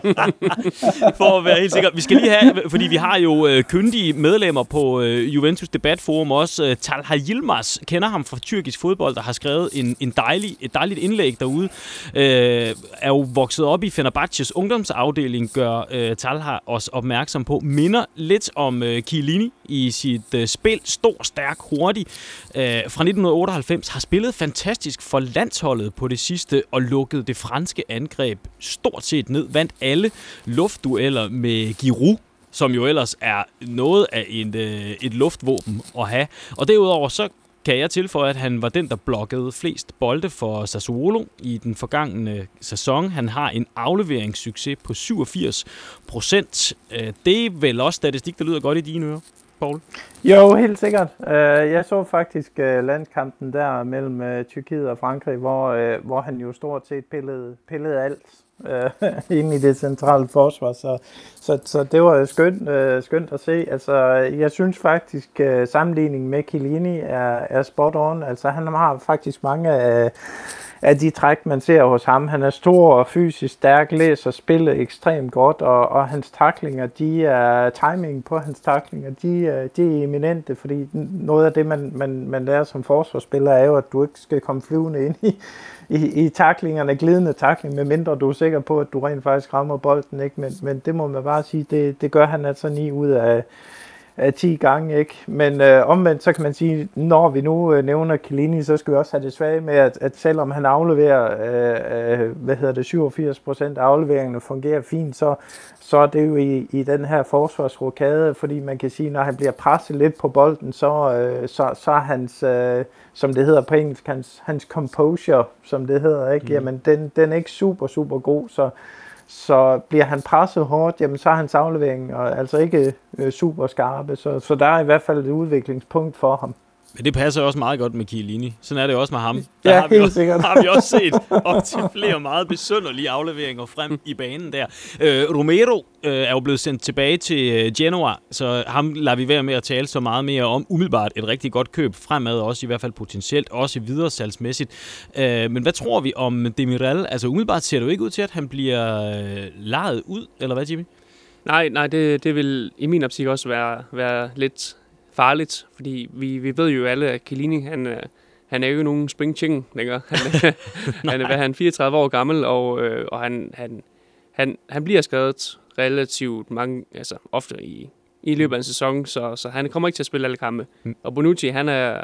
For at være helt sikker. Vi skal lige have, fordi vi har jo øh, kyndige medlemmer på øh, Juventus Debatforum også. Øh, Talha Yilmaz kender ham fra tyrkisk fodbold, der har skrevet en, en dejlig, et dejligt indlæg derude. Øh, er jo vokset op i Fenerbahces ungdomsafdeling, gør øh, Talha os opmærksom på. Minder lidt om øh, Chiellini i sit øh, spil. Stor, stærk, hurtig. Øh, fra nitten otteoghalvfems har spillet fantastisk for landsholdet på det sidste og lukket det franske angreb stort set ned. Vandt alle luftdueller med Giroud, som jo ellers er noget af et, øh, et luftvåben at have. Og derudover så kan jeg tilføje, at han var den, der blokkede flest bolde for Sassuolo i den forgangne sæson. Han har en afleveringssucces på syvogfirs procent. Det er vel også statistik, der lyder godt i dine ører, Paul? Jo, helt sikkert. Jeg så faktisk landskampen der mellem Tyrkiet og Frankrig, hvor, hvor han jo stort set pillede, pillede alt inde i det centrale forsvar, så, så, så det var skønt, skønt at se. Altså, jeg synes faktisk, at sammenligningen med Chiellini er, er spot on. Altså, han har faktisk mange af, af de træk, man ser hos ham. Han er stor og fysisk stærk, læser spillet ekstremt godt, og, og hans tacklinger, de er, timing på hans tacklinger, de, de er eminente, fordi noget af det, man, man, man lærer som forsvarsspiller, er jo, at du ikke skal komme flyvende ind i I, i tacklingerne, glidende tackling, medmindre du er sikker på, at du rent faktisk rammer bolden, ikke? Men, men det må man bare sige, det, det gør han altså ni ud af, af ti gange, ikke? Men øh, omvendt, så kan man sige, når vi nu øh, nævner Chiellini, så skal vi også have det svage med, at, at selvom han afleverer, øh, øh, hvad hedder det, syvogfirs procent af afleveringerne fungerer fint, så, så er det jo i, i den her forsvarsrokade, fordi man kan sige, når han bliver presset lidt på bolden, så, øh, så, så er hans, øh, som det hedder på engelsk, hans, hans composure, som det hedder, ikke? Mm. Jamen, den, den er ikke super, super god, så Så bliver han presset hårdt, jamen så er hans aflevering og altså ikke øh, super skarpe. Så, så der er i hvert fald et udviklingspunkt for ham. Men det passer også meget godt med Chiellini. Sådan er det også med ham. Der ja, har vi helt også, sikkert. har vi også set op til flere meget besynderlige afleveringer frem i banen der. Øh, Romero øh, er jo blevet sendt tilbage til Genoa, så ham lader vi være med at tale så meget mere om. Umiddelbart et rigtig godt køb fremad, også i hvert fald potentielt, også videre salgsmæssigt. Øh, men hvad tror vi om Demiral? Altså umiddelbart ser det jo ikke ud til, at han bliver øh, lejet ud, eller hvad, Jimmy? Nej, nej, det, det vil i min optik også være, være lidt farligt, fordi vi, vi ved jo alle, at Chiellini, han, han er jo ikke nogen spring chicken længere. Han, han er, hvad, han er fireogtredive år gammel, og, øh, og han, han, han, han bliver skadet relativt mange, altså ofte i, i løbet af en sæson, så, så han kommer ikke til at spille alle kampe. Mm. Og Bonucci, han er,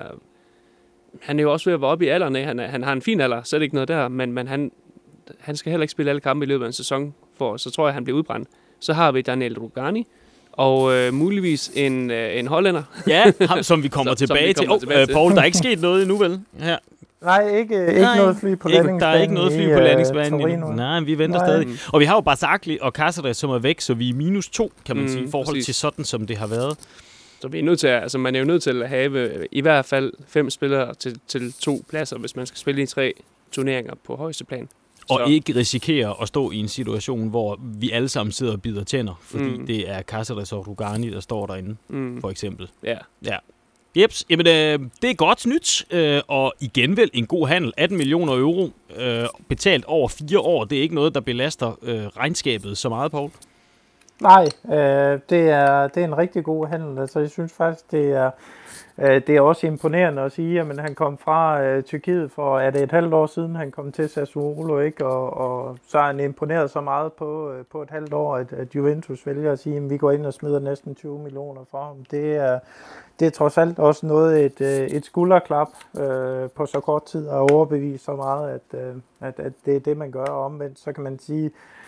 han er jo også ved at være oppe i alderen af. Han, er, han har en fin alder, så er det ikke noget der, men, men han, han skal heller ikke spille alle kampe i løbet af en sæson, for så tror jeg, han bliver udbrændt. Så har vi Daniel Rugani, og øh, muligvis en, øh, en hollænder. Ja, ham, som vi kommer som, tilbage som vi kommer til. Tilbage oh, til. Paul, der er ikke sket noget endnu, vel? Her. Nej, ikke, ikke Nej, noget fly på ikke, landingsbanen. Der er ikke noget fly på landingsbanen uh, endnu. Nej, vi venter Nej. stadig. Og vi har jo Barzagli og Cáceres, som er væk, så vi er minus to, kan man mm, sige, i forhold præcis. til sådan, som det har været. Så vi er nødt til at, altså man er jo nødt til at have i hvert fald fem spillere til, til to pladser, hvis man skal spille i tre turneringer på højeste plan. Og så. ikke risikere at stå i en situation, hvor vi alle sammen sidder og bider tænder, fordi mm. det er Cáceres og Rugani, der står derinde, mm. for eksempel. Ja. Ja. Jeps, jamen øh, det er godt nyt, øh, og igen vel en god handel. atten millioner euro øh, betalt over fire år, det er ikke noget, der belaster øh, regnskabet så meget, Paul. Nej, øh, det, er, det er en rigtig god handel. Altså, jeg synes faktisk, det er, øh, det er også imponerende at sige, at han kom fra øh, Tyrkiet for, er det et halvt år siden, han kom til Sassuolo, ikke? Og, og så er han imponeret så meget på, øh, på et halvt år, at, at Juventus vælger at sige, at vi går ind og smider næsten tyve millioner for ham. Det er, det er trods alt også noget, et, et skulderklap øh, på så kort tid, og overbevise så meget, at, øh, at, at det er det, man gør. Og omvendt, så kan man sige,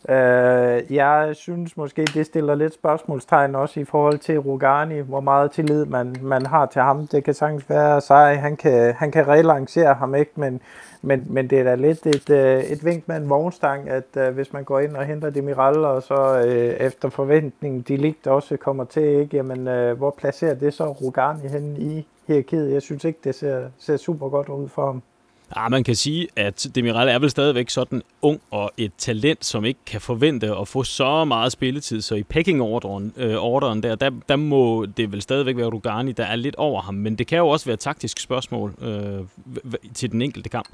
Øh, jeg synes måske, det stiller lidt spørgsmålstegn også i forhold til Rugani, hvor meget tillid man, man har til ham. Det kan sagtens være sig, han kan, han kan relancere ham, ikke? Men, men, men det er da lidt et, et vink med en vognstang, at uh, hvis man går ind og henter Demiral, og så uh, efter forventningen, de ligt også kommer til, ikke? Jamen, uh, hvor placerer det så Rugani henne i hierarkiet? Jeg synes ikke, det ser, ser super godt ud for ham. Ja, man kan sige, at Demiral er vel stadigvæk sådan ung og et talent, som ikke kan forvente at få så meget spilletid. Så i pecking-orderen øh, orderen der, der, der må det vel stadigvæk være Rugani, der er lidt over ham. Men det kan jo også være et taktisk spørgsmål øh, til den enkelte kamp.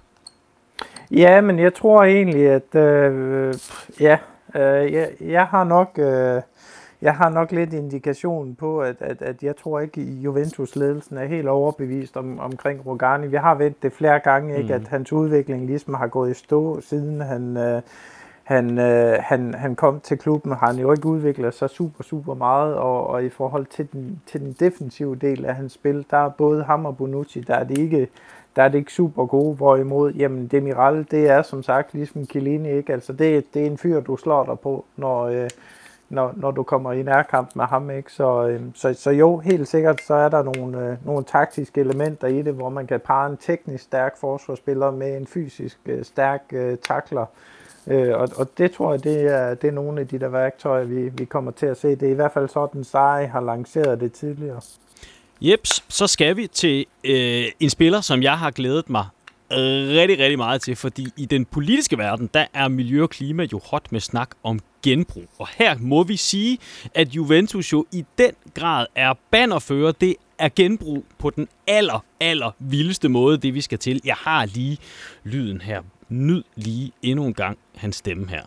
Ja, men jeg tror egentlig, at øh, ja, øh, jeg, jeg har nok... Øh, Jeg har nok lidt indikation på, at, at, at jeg tror ikke, at Juventus-ledelsen er helt overbevist om, omkring Rugani. Vi har vendt det flere gange, ikke, mm. at hans udvikling ligesom har gået i stå, siden han, øh, han, øh, han, han kom til klubben. Har han jo ikke udviklet sig super, super meget, og, og i forhold til den, til den defensive del af hans spil, der er både ham og Bonucci, der er det ikke, der er det ikke super gode, hvorimod, jamen Demiral, det er som sagt ligesom Chiellini, ikke? Altså det, det er en fyr, du slår dig på, når... Øh, Når, når du kommer i nærkamp med ham, ikke? Så, øh, så, så jo, helt sikkert, så er der nogle, øh, nogle taktiske elementer i det, hvor man kan parre en teknisk stærk forsvarsspiller med en fysisk øh, stærk øh, tackler. Øh, og, og det tror jeg, det er, det er nogle af de der værktøjer, vi, vi kommer til at se. Det er i hvert fald sådan, Sarri har lanceret det tidligere. Jeps, så skal vi til øh, en spiller, som jeg har glædet mig rigtig, rigtig meget til, fordi i den politiske verden, der er miljø og klima jo hot med snak om genbrug. Og her må vi sige, at Juventus jo i den grad er bannerfører. Det er genbrug på den aller, aller vildeste måde, det vi skal til. Jeg har lige lyden her. Nyd lige endnu en gang hans stemme her.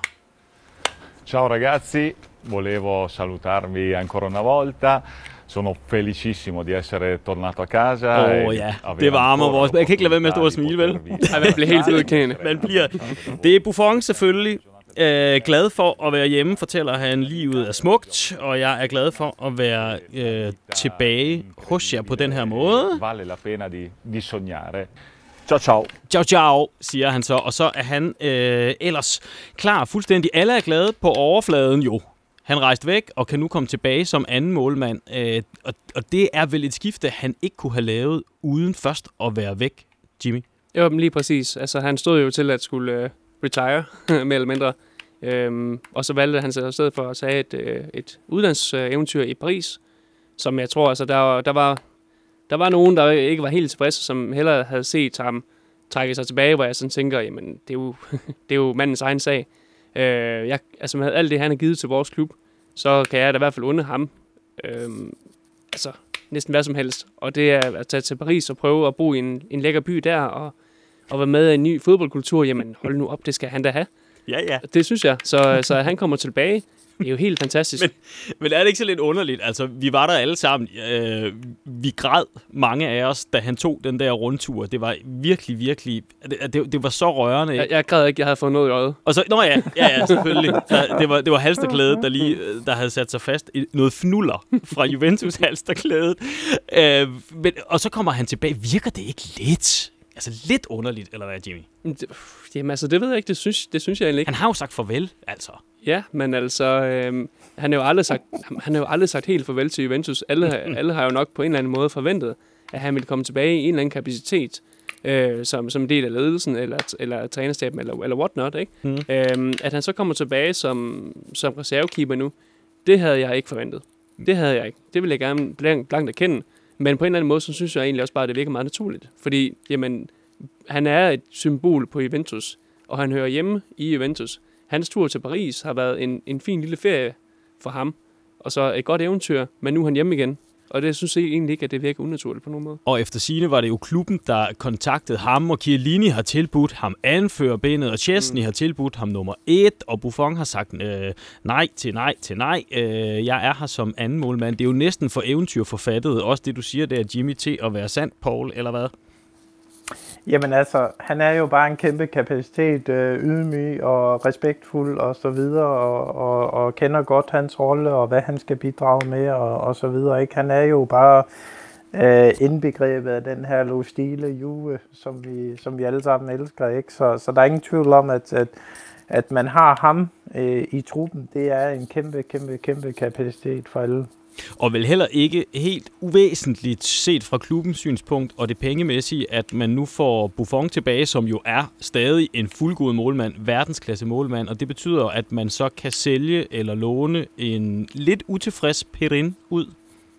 Ciao ragazzi, volevo salutarvi ancora una volta. Sono felicissimo di essere tornato a casa. Åh oh, ja, det varmer vores... Jeg kan ikke lade være med at stå og smile, vel? Jeg bliver helt blød i knæene. Man bliver... Det er Buffon selvfølgelig. Øh, glad for at være hjemme, fortæller han. Livet er smukt, og jeg er glad for at være øh, tilbage hos jer på den her måde. Vale la pena di, di sognare. Ciao, ciao. Ciao, ciao, siger han så. Og så er han øh, ellers klar fuldstændig. Alle er glade på overfladen jo. Han rejste væk og kan nu komme tilbage som anden målmand. Øh, og, og det er vel et skifte, han ikke kunne have lavet uden først at være væk, Jimmy? Jo, men lige præcis. Altså, han stod jo til at skulle uh, retire, mere eller mindre. Øhm, og så valgte han sig i stedet for at tage et, uh, et uddannelseseventyr i Paris, som jeg tror, altså, der, der, var, der var nogen, der ikke var helt tilfredse, som hellere havde set ham trække sig tilbage, hvor jeg sådan tænker, jamen, det er jo, det er jo mandens egen sag. Øh, jeg, altså med alt det, han har givet til vores klub, så kan jeg da i hvert fald unde ham øh, altså næsten hvad som helst. Og det er at tage til Paris og prøve at bo i en, en lækker by der, og, og være med i en ny fodboldkultur. Jamen hold nu op, det skal han da have. Ja, ja. Det synes jeg. Så, så han kommer tilbage. Det er jo helt fantastisk. Men, men er det ikke så lidt underligt? Altså, vi var der alle sammen. Øh, vi græd, mange af os, da han tog den der rundtur. Det var virkelig, virkelig... Det, det, det var så rørende. Jeg, jeg græd ikke, jeg havde fået noget i øjet. Og så, nå ja, ja, ja selvfølgelig. Der, det var, det var halsterklædet, der lige der havde sat sig fast. Noget fnuller fra Juventus halsterklædet. Øh, men, og så kommer han tilbage. Virker det ikke lidt... Altså lidt underligt, eller hvad, Jimmy? Det, jamen altså, det ved jeg ikke. Det synes, det synes jeg egentlig ikke. Han har jo sagt farvel, altså. Ja, men altså, øhm, han har jo aldrig sagt, han har jo aldrig sagt helt farvel til Juventus. Alle, alle har jo nok på en eller anden måde forventet, at han ville komme tilbage i en eller anden kapacitet, øh, som, som en del af ledelsen, eller, eller trænerstaben, eller, eller whatnot, ikke? Mm. Øhm, at han så kommer tilbage som, som reservekeeper nu, det havde jeg ikke forventet. Det havde jeg ikke. Det ville jeg gerne blank, blankt erkende. Men på en eller anden måde, så synes jeg egentlig også bare, at det virker meget naturligt. Fordi, jamen, han er et symbol på Juventus, og han hører hjemme i Juventus. Hans tur til Paris har været en, en fin lille ferie for ham, og så et godt eventyr, men nu er han hjemme igen. Og det synes jeg egentlig ikke, at det virker unaturligt på nogen måde. Og efter sigende var det jo klubben, der kontaktede ham, og Chiellini har tilbudt ham anførerbenet, og Chesney mm. har tilbudt ham nummer et, og Buffon har sagt øh, nej til nej til nej. Øh, jeg er her som anden målmand. Det er jo næsten for eventyr forfattet, også det du siger der, Jimmy, til at være sandt, Paul, eller hvad? Jamen altså, han er jo bare en kæmpe kapacitet, øh, ydmyg og respektfuld og så videre, og, og, og kender godt hans rolle og hvad han skal bidrage med og, og så videre, ikke? Han er jo bare øh, indbegrebet af den her lo-stile Juve, som vi, som vi alle sammen elsker, ikke? Så, så der er ingen tvivl om, at, at at man har ham øh, i truppen, det er en kæmpe, kæmpe, kæmpe kapacitet for alle. Og vel heller ikke helt uvæsentligt set fra klubbens synspunkt og det pengemæssige, at man nu får Buffon tilbage, som jo er stadig en fuldgod målmand, verdensklasse målmand, og det betyder, at man så kan sælge eller låne en lidt utilfreds Perin ud.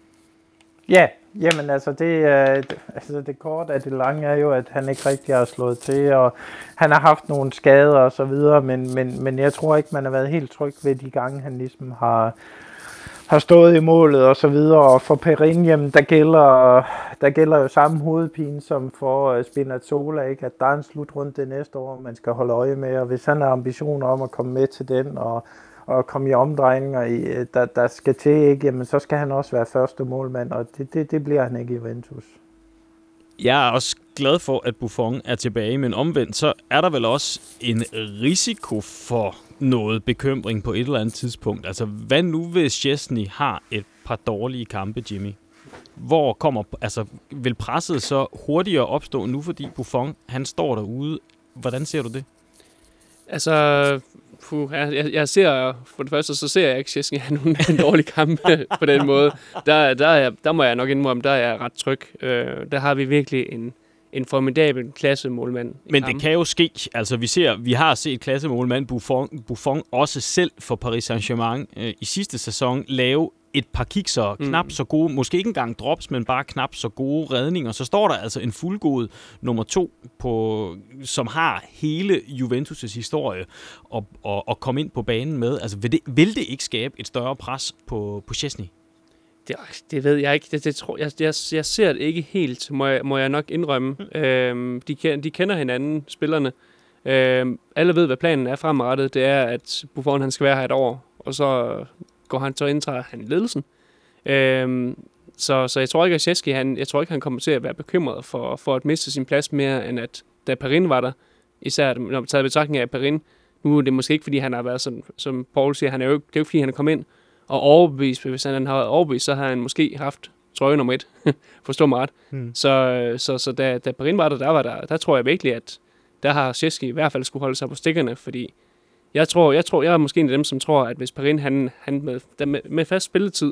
Ja, jamen altså det, øh, altså det korte af det lange er jo, at han ikke rigtig har slået til, og han har haft nogle skader og så videre, men, men, men jeg tror ikke, man har været helt tryg ved de gange, han ligesom har, har stået i målet og så videre. Og for Perin, jamen, der gælder, der gælder jo samme hovedpine som for uh, Spinazzola, ikke? At der er en slutrunde det næste år, man skal holde øje med, og hvis han har ambitioner om at komme med til den, og og komme i omdrejninger, i, der, der skal til, ikke? Jamen, så skal han også være første målmand, og det, det, det bliver han ikke i Juventus. Jeg er også glad for, at Buffon er tilbage, men omvendt, så er der vel også en risiko for noget bekymring på et eller andet tidspunkt. Altså, hvad nu hvis Szczesny har et par dårlige kampe, Jimmy? Hvor kommer, altså, vil presset så hurtigere opstå nu, fordi Buffon, han står derude? Hvordan ser du det? Altså, puh, jeg, jeg ser, for det første, så ser jeg ikke Szczesny have nogen en dårlig kamp på den måde. Der, der, er, der må jeg nok indrømme, der er jeg ret tryg. Øh, der har vi virkelig en, en formidabel klassemålmand. Men det kan jo ske. Altså, vi ser, vi har set klassemålmand Buffon, Buffon også selv for Paris Saint-Germain øh, i sidste sæson lave et par kikser, mm. knap så gode, måske ikke engang drops, men bare knap så gode redninger. Så står der altså en fuldgod nummer to, på, som har hele Juventus' historie og, og, og komme ind på banen med. Altså, vil det, vil det ikke skabe et større pres på, på Szczesny? Det, det ved jeg ikke. Det, det tror, jeg, jeg, jeg ser det ikke helt, må jeg, må jeg nok indrømme. Mm. Øhm, de, de kender hinanden, spillerne. Øhm, alle ved, hvad planen er fremadrettet. Det er, at Buffon han skal være her et år, og så går han så indtager han ledelsen. Øhm, så, så jeg tror ikke, at Szczesny, han, jeg tror ikke, han kommer til at være bekymret for, for at miste sin plads mere, end at da Perin var der, især når vi tager betragtning af Perin, nu er det måske ikke, fordi han har været sådan, som Paul siger, han er jo ikke, det er jo ikke, fordi han er kommet ind og overbevist. Hvis han har været overbevist, så har han måske haft trøje nummer et. Forstå mig ret. Hmm. Så, så, så da, da Perin var der, der, var der, der tror jeg virkelig, at der har Szczesny i hvert fald skulle holde sig på stikkerne, fordi Jeg tror, jeg tror, jeg er måske en af dem, som tror, at hvis Perin han, han med, med, med fast spilletid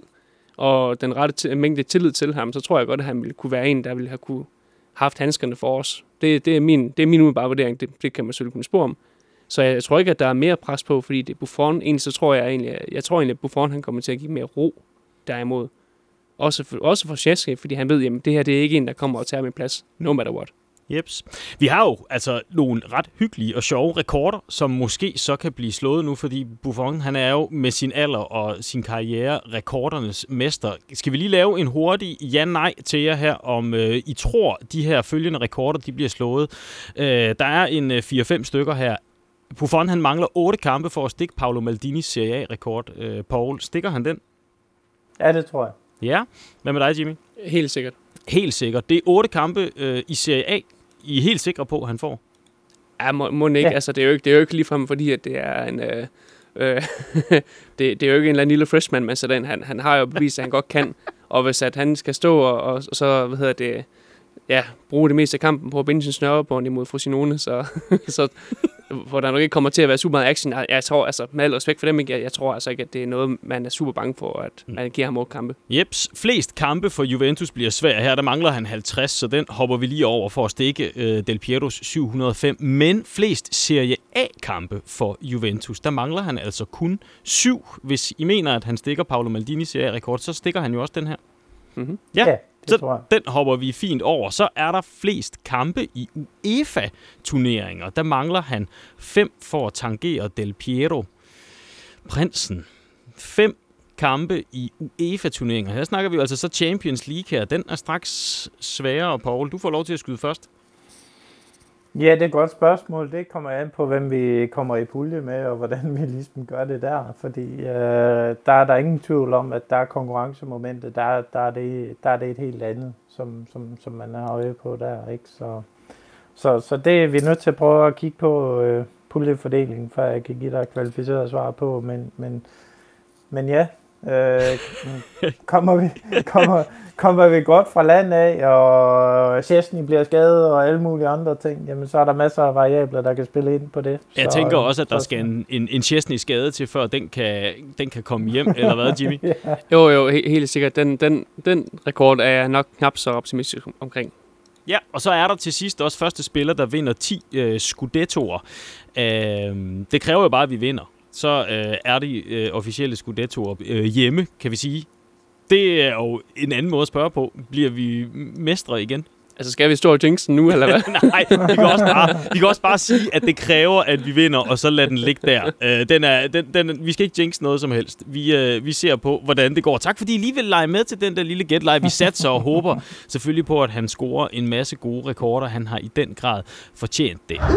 og den rette t- mængde tillid til ham, så tror jeg godt, at han ville kunne være en, der ville have kunne haft handskerne for os. Det, det er min, det er min umiddelbare vurdering. Det, det kan man selvfølgelig kunne spore om. Så jeg, jeg tror ikke, at der er mere pres på, fordi det er Buffon. Egentlig så tror jeg egentlig, jeg tror egentlig, at Buffon han kommer til at give mere ro derimod. Også for, også for Szczesny, fordi han ved, at det her det er ikke en, der kommer og tager min plads, no matter what. Jeps. Vi har jo altså nogle ret hyggelige og sjove rekorder, som måske så kan blive slået nu, fordi Buffon, han er jo med sin alder og sin karriere rekordernes mester. Skal vi lige lave en hurtig ja-nej til jer her, om øh, I tror, de her følgende rekorder, de bliver slået? Øh, der er en øh, fire fem stykker her. Buffon, han mangler otte kampe for at stikke Paolo Maldinis Serie A-rekord. Øh, Paul, stikker han den? Ja, det tror jeg. Ja. Hvad med dig, Jimmy? Helt sikkert. Helt sikkert. Det er otte kampe øh, i Serie A. I er helt sikre på, at han får? Ja, må, må ikke. Ja. Altså, det er jo ikke, det er jo ikke ligefrem, fordi at det er en... Øh, øh, det, det er jo ikke en eller anden lille freshman, man sætter ind. Han, han har jo bevist, at han godt kan. Og hvis at han skal stå og, og, og så, hvad hedder det... Ja, bruge det meste af kampen på at binde sin snørebånd imod Frosinone, så... så hvor der nok ikke kommer til at være super meget action. Jeg tror, altså, med al respekt for dem, jeg, jeg tror altså ikke, at det er noget, man er super bange for, at man giver ham otte kampe. Jeps. Flest kampe for Juventus bliver svært. Her der mangler han halvtreds, så den hopper vi lige over for at stikke øh, Del Pieros syv hundrede og fem. Men flest Serie A-kampe for Juventus, der mangler han altså kun syv. Hvis I mener, at han stikker Paolo Maldini Serie A-rekord, så stikker han jo også den her. Mm-hmm. Ja. ja. Så den hopper vi fint over. Så er der flest kampe i UEFA-turneringer. Der mangler han fem for at tangere Del Piero. Prinsen. Fem kampe i UEFA-turneringer. Her snakker vi jo altså så Champions League her. Den er straks sværere, Paul. Du får lov til at skyde først. Ja, det er et godt spørgsmål. Det kommer an på, hvem vi kommer i pulje med, og hvordan vi ligesom gør det der. Fordi øh, der er der ingen tvivl om, at der er konkurrencemomentet. Der, der, er, det, der er det et helt andet, som, som, som man har øje på der. Ikke? Så, så, så det er vi nødt til at prøve at kigge på øh, puljefordelingen, før jeg kan give dig kvalificeret svar på. Men, men, men ja, Øh, kommer, vi, kommer, kommer vi godt fra land af, og Szczesny bliver skadet og alle mulige andre ting, jamen så er der masser af variabler, der kan spille ind på det. Jeg så, tænker også, at der så, skal en, en, en Szczesny skade til, før den kan, den kan komme hjem, eller hvad, Jimmy? ja. Jo, jo, he- helt sikkert. Den, den, den rekord er jeg nok knap så optimistisk omkring. Ja, og så er der til sidst også første spiller, der vinder ti øh, Scudettoer. Øh, det kræver jo bare, at vi vinder. Så øh, er de øh, officielle Scudettoer øh, hjemme, kan vi sige. Det er jo en anden måde at spørge på. Bliver vi mestre igen? Altså, skal vi stå og jinxen nu, eller hvad? Nej, vi kan, også bare, vi kan også bare sige, at det kræver, at vi vinder, og så lad den ligge der. Øh, den er, den, den, vi skal ikke jinxe noget som helst. Vi, øh, vi ser på, hvordan det går. Tak fordi I lige vil lege med til den der lille gætleje. Vi satser og håber selvfølgelig på, at han scorer en masse gode rekorder. Han har i den grad fortjent det.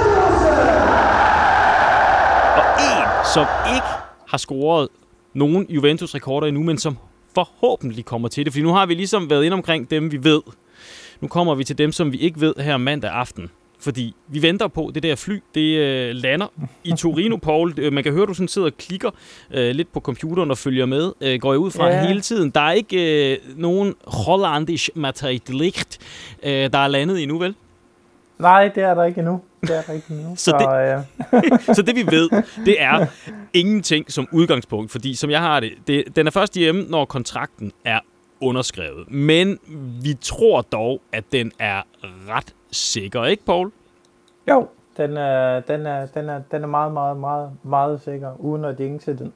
Og en, som ikke har scoret nogen Juventus-rekorder endnu, men som forhåbentlig kommer til det. Fordi nu har vi ligesom været inde omkring dem, vi ved. Nu kommer vi til dem, som vi ikke ved her mandag aften. Fordi vi venter på, det der fly, det øh, lander i Torino, Paul. Man kan høre, du sådan sidder og klikker øh, lidt på computeren og følger med. Øh, går jeg ud fra ja. hele tiden. Der er ikke øh, nogen hollandisk materialicht, øh, der er landet endnu, vel? Nej, det er der ikke endnu. Det er der ikke endnu. Så det, ja. så det vi ved, det er ingenting som udgangspunkt. Fordi som jeg har det, det den er først hjemme, når kontrakten er underskrevet. Men vi tror dog, at den er ret sikker, ikke, Paul? Jo, den er, den er, den er, den er meget, meget, meget, meget sikker, uden at jinxe den.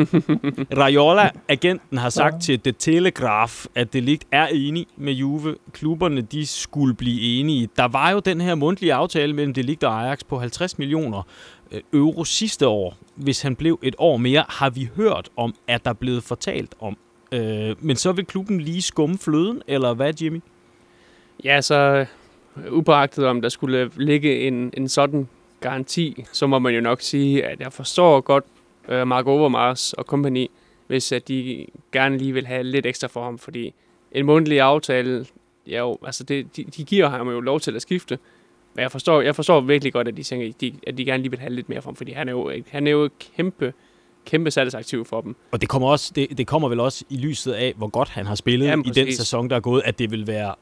Raiola, agenten, har sagt ja. til The Telegraph, at De Ligt er enig med Juve. Klubberne, de skulle blive enige. Der var jo den her mundtlige aftale mellem De Ligt og Ajax på halvtreds millioner euro sidste år. Hvis han blev et år mere, har vi hørt om, at der er blevet fortalt om. Øh, men så vil klubben lige skumme fløden, eller hvad, Jimmy? Ja, så upåagtet om der skulle ligge en, en sådan garanti, så må man jo nok sige, at jeg forstår godt uh, Mark Overmars og kompagni, hvis at de gerne lige vil have lidt ekstra for ham, fordi en månedlig aftale, ja, jo, altså det, de, de giver ham jo lov til at skifte, men jeg forstår, jeg forstår virkelig godt, at de tænker, at de, at de gerne lige vil have lidt mere for ham, fordi han er jo, han er jo kæmpe kæmpe salgsaktiv for dem. Og det kommer, også, det, det kommer vel også i lyset af, hvor godt han har spillet Jamen, i den sæson, der er gået, at det vil være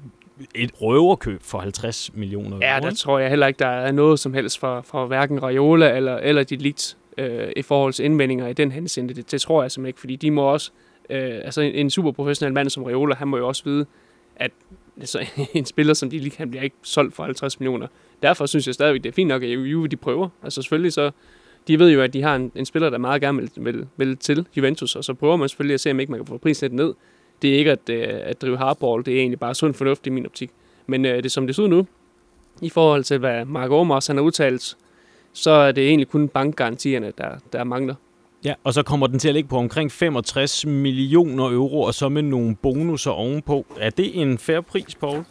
et røverkøb for halvtreds millioner. Ja, der tror jeg heller ikke, der er noget som helst for, for hverken Raiola eller, eller De Ligt øh, i forhold til indvendinger i den henseende. Det, det tror jeg simpelthen ikke, fordi de må også, øh, altså en, en super professionel mand som Raiola, han må jo også vide, at altså, en spiller som De Ligt, han bliver ikke solgt for halvtreds millioner. Derfor synes jeg stadigvæk, det er fint nok, at Juve de prøver. Altså selvfølgelig så de ved jo, at de har en, en spiller, der meget gerne vil, vil, vil til Juventus, og så prøver man selvfølgelig at se, om ikke man kan få prisen lidt ned. Det er ikke at, at drive hardball, det er egentlig bare sund fornuft i min optik. Men øh, det som det ser ud nu, i forhold til hvad Mark Overmars han har udtalt, så er det egentlig kun bankgarantierne, der, der mangler. Ja, og så kommer den til at ligge på omkring femogtres millioner euro, og så med nogle bonusser ovenpå. Er det en fair pris, Paul?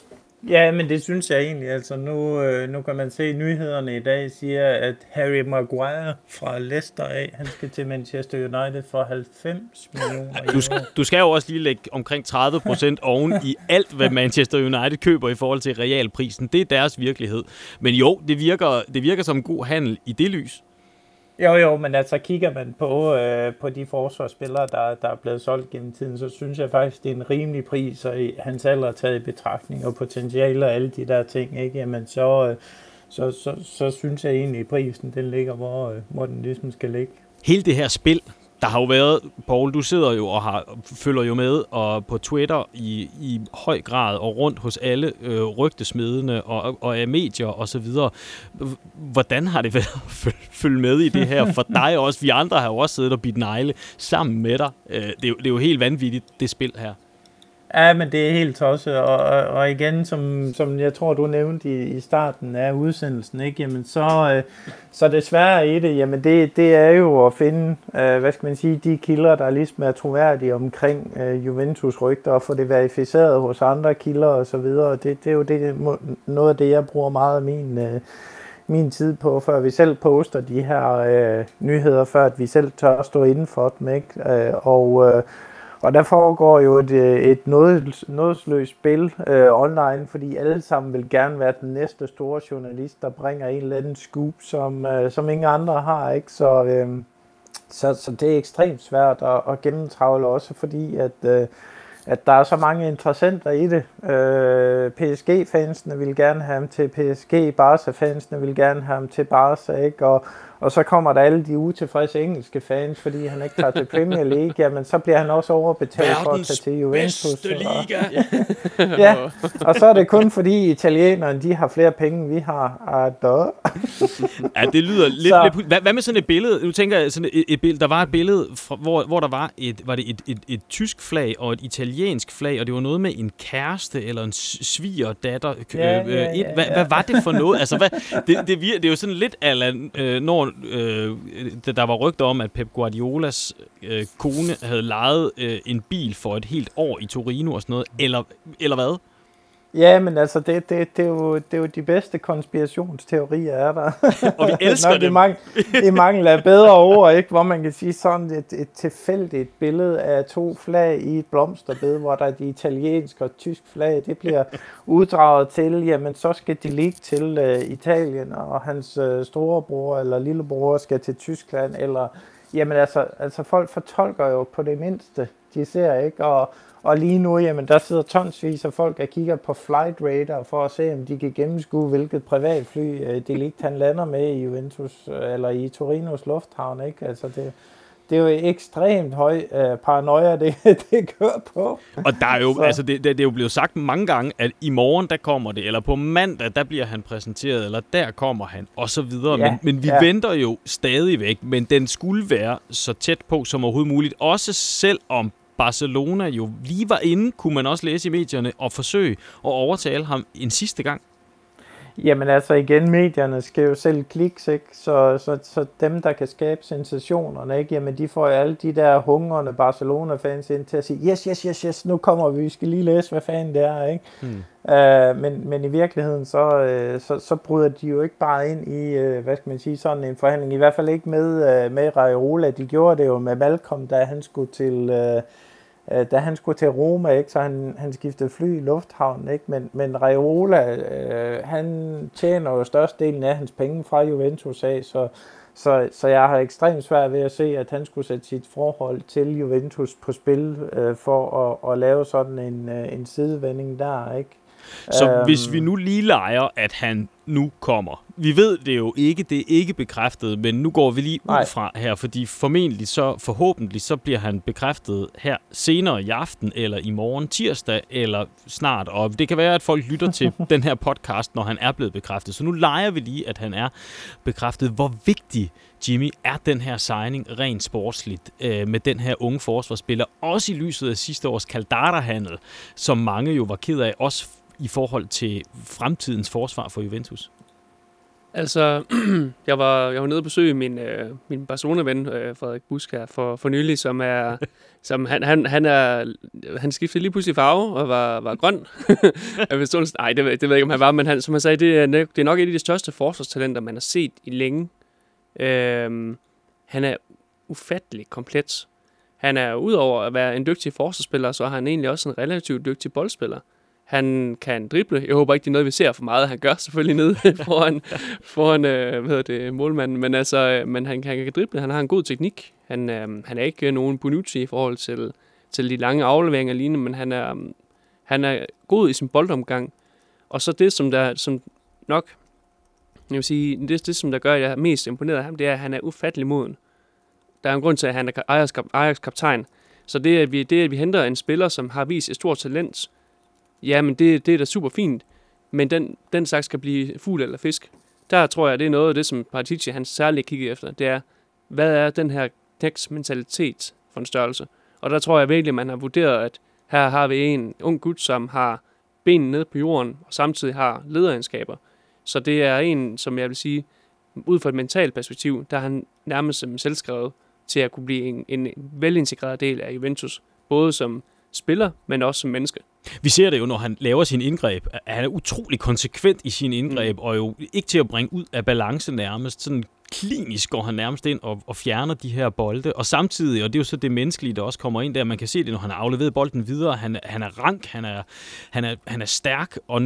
Ja, men det synes jeg egentlig. Altså nu, øh, nu kan man se, at nyhederne i dag siger, at Harry Maguire fra Leicester af, han skal til Manchester United for halvfems millioner. Du skal, du skal jo også lige lægge omkring tredive procent oven i alt, hvad Manchester United køber i forhold til realprisen. Det er deres virkelighed. Men jo, det virker, det virker som en god handel i det lys. Jo, jo, men altså kigger man på, øh, på de forsvarsspillere, der, der er blevet solgt gennem tiden, så synes jeg faktisk, det er en rimelig pris, og i hans alder taget i betragtning, og potentiale og alle de der ting, ikke? Jamen så, øh, så, så, så synes jeg egentlig, at prisen den ligger, hvor, øh, hvor den ligesom skal ligge. Hele det her spil, der har jo været, Paul, du sidder jo og har, følger jo med og på Twitter i, i høj grad og rundt hos alle øh, rygtesmedene og, og af medier og så videre. Hvordan har det været at følge med i det her for dig også? Vi andre har jo også siddet og bidt negle sammen med dig. Øh, det, er jo, det er jo helt vanvittigt, det spil her. Ja, men det er helt tosset, og, og, og igen, som, som jeg tror, du nævnte i, i starten af udsendelsen, ikke? Jamen så, øh, så desværre i det, jamen det, det er jo at finde, øh, hvad skal man sige, de kilder, der ligesom er troværdige omkring øh, Juventus-rygter, og få det verificeret hos andre kilder og så videre. Det, det er jo det, noget af det, jeg bruger meget af min, øh, min tid på, før vi selv poster de her øh, nyheder, før at vi selv tør at stå inden for dem, ikke? Øh, og øh, Og der foregår jo et, et nådesløst spil øh, online, fordi alle sammen vil gerne være den næste store journalist, der bringer en eller anden scoop, som, øh, som ingen andre har, ikke? Så, øh, Så, så det er ekstremt svært at, at gennemtravle også, fordi at, øh, at der er så mange interessenter i det. Øh, P S G-fansene vil gerne have ham til P S G, Barca-fansene vil gerne have ham til Barca, ikke? Og, og så kommer der alle de utilfredse engelske fans, fordi han ikke tager til Premier League, jamen så bliver han også overbetalt for at tage til Juventus. Verdens bedste liga! Og, ja, og så er det kun fordi italienerne, de har flere penge, vi har. Ja, det lyder lidt... lidt hvad, hvad med sådan et billede? Nu tænker jeg, sådan et, et billede, der var et billede, fra, hvor, hvor der var et, var det et, et, et tysk flag og et italiensk flag, og det var noget med en kæreste eller en svigerdatter. Ja, øh, ja, ja, et, hvad, ja. hvad var det for noget? Altså, hvad, det, det, det er jo sådan lidt, ala, øh, når øh, der var rygter om, at Pep Guardiolas øh, kone havde lejet øh, en bil for et helt år i Torino og sådan noget, eller, eller hvad? Ja, men altså, det, det, det, er jo, det er jo de bedste konspirationsteorier, er der. Og vi elsker dem. Det mangel, det mangel af bedre ord, ikke? Hvor man kan sige sådan et, et tilfældigt billede af to flag i et blomsterbed, hvor der er de italienske og tysk flag, det bliver uddraget til, jamen så skal de ligge til uh, Italien, og hans uh, storebror eller lillebror skal til Tyskland, eller, jamen altså, altså folk fortolker jo på det mindste, de ser, ikke? Og Og lige nu, jamen, der sidder tonsvis af folk og kigger på Flight Radar for at se, om de kan gennemskue, hvilket privatfly uh, De Ligt han lander med i Juventus uh, eller i Torinos lufthavn, ikke? Altså det, det er jo ekstremt høj uh, paranoia, det, det kører på. Og der er jo, Så. altså det, det, det er jo blevet sagt mange gange, at i morgen, der kommer det, eller på mandag, der bliver han præsenteret, eller der kommer han, og så videre. Ja, men, men vi ja. venter jo stadigvæk, men den skulle være så tæt på som overhovedet muligt, også selvom Barcelona jo lige var inde, kunne man også læse i medierne, og forsøge at overtale ham en sidste gang. Jamen altså igen, medierne skal jo selv kliks, ikke? Så, så, så dem, der kan skabe sensationerne, ikke? Jamen de får jo alle de der hungrende Barcelona-fans ind til at sige, yes, yes, yes, yes, nu kommer vi, vi skal lige læse, hvad fanden det er, ikke? Hmm. Uh, men, men i virkeligheden, så, uh, så, så bryder de jo ikke bare ind i, uh, hvad skal man sige, sådan en forhandling. I hvert fald ikke med, uh, med Raiola. De gjorde det jo med Malcolm, da han skulle til... Uh, da han skulle til Roma, ikke, så han, han skiftede fly i lufthavnen, ikke, men, men Raiola, øh, han tjener jo størstedelen af hans penge fra Juventus af, så, så, så jeg har ekstremt svært ved at se, at han skulle sætte sit forhold til Juventus på spil øh, for at, at lave sådan en, øh, en sidevending der, ikke. Så um, hvis vi nu lige leger, at han nu kommer. Vi ved det jo ikke, det er ikke bekræftet, men nu går vi lige nej. ud fra her, fordi formentlig så, forhåbentlig, så bliver han bekræftet her senere i aften, eller i morgen tirsdag, eller snart. Og det kan være, at folk lytter til den her podcast, når han er blevet bekræftet. Så nu leger vi lige, at han er bekræftet. Hvor vigtig, Jimmy, er den her signing rent sportsligt øh, med den her unge forsvarsspiller, også i lyset af sidste års Caldara-handel, som mange jo var ked af, også i forhold til fremtidens forsvar for Juventus? Altså, jeg var jeg var nede og besøge min øh, min Barcelona-ven øh, Frederik Busk her for for nylig, som er som han han han er han skiftede lige pludselig farve og var var grøn. Jeg vil stå, nej, det, det ved jeg ikke om han var, men han, som han sagde, det er det er nok et af de største forsvarstalenter man har set i længe. Øhm, han er ufattelig komplet. Han er udover at være en dygtig forsvarsspiller, så er han egentlig også en relativt dygtig boldspiller. Han kan drible. Jeg håber ikke, det er noget, vi ser for meget. Han gør selvfølgelig nede foran, foran øh, hvad hedder det, målmanden. Men, altså, men han, han kan drible. Han har en god teknik. Han, øh, han er ikke nogen Bonucci i forhold til, til de lange afleveringer lignende, men han er, han er god i sin boldomgang. Og så det, som, der, som nok, jeg vil sige, det, det, som der gør, at jeg er mest imponeret af ham, det er, at han er ufattelig moden. Der er en grund til, at han er Ajax-kaptajn. Så det, at vi, det, at vi henter en spiller, som har vist et stort talent, ja, men det, det er da super fint, men den, den slags skal blive fugl eller fisk. Der tror jeg, det er noget af det, som Paratici han særligt kigger efter. Det er, hvad er den her knæksmentalitet for en størrelse? Og der tror jeg virkelig, man har vurderet, at her har vi en ung gut, som har benene nede på jorden, og samtidig har lederegenskaber. Så det er en, som jeg vil sige, ud fra et mentalt perspektiv, der er han nærmest som selvskrevet til at kunne blive en, en velintegreret del af Juventus, både som spiller, men også som menneske. Vi ser det jo, når han laver sin indgreb. Han er utrolig konsekvent i sine indgreb, mm. og jo ikke til at bringe ud af balance nærmest. Sådan klinisk går han nærmest ind og, og fjerner de her bolde. Og samtidig, og det er jo så det menneskelige, der også kommer ind der, man kan se det, når han har afleveret bolden videre. Han, han er rank, han er, han er, han er stærk, og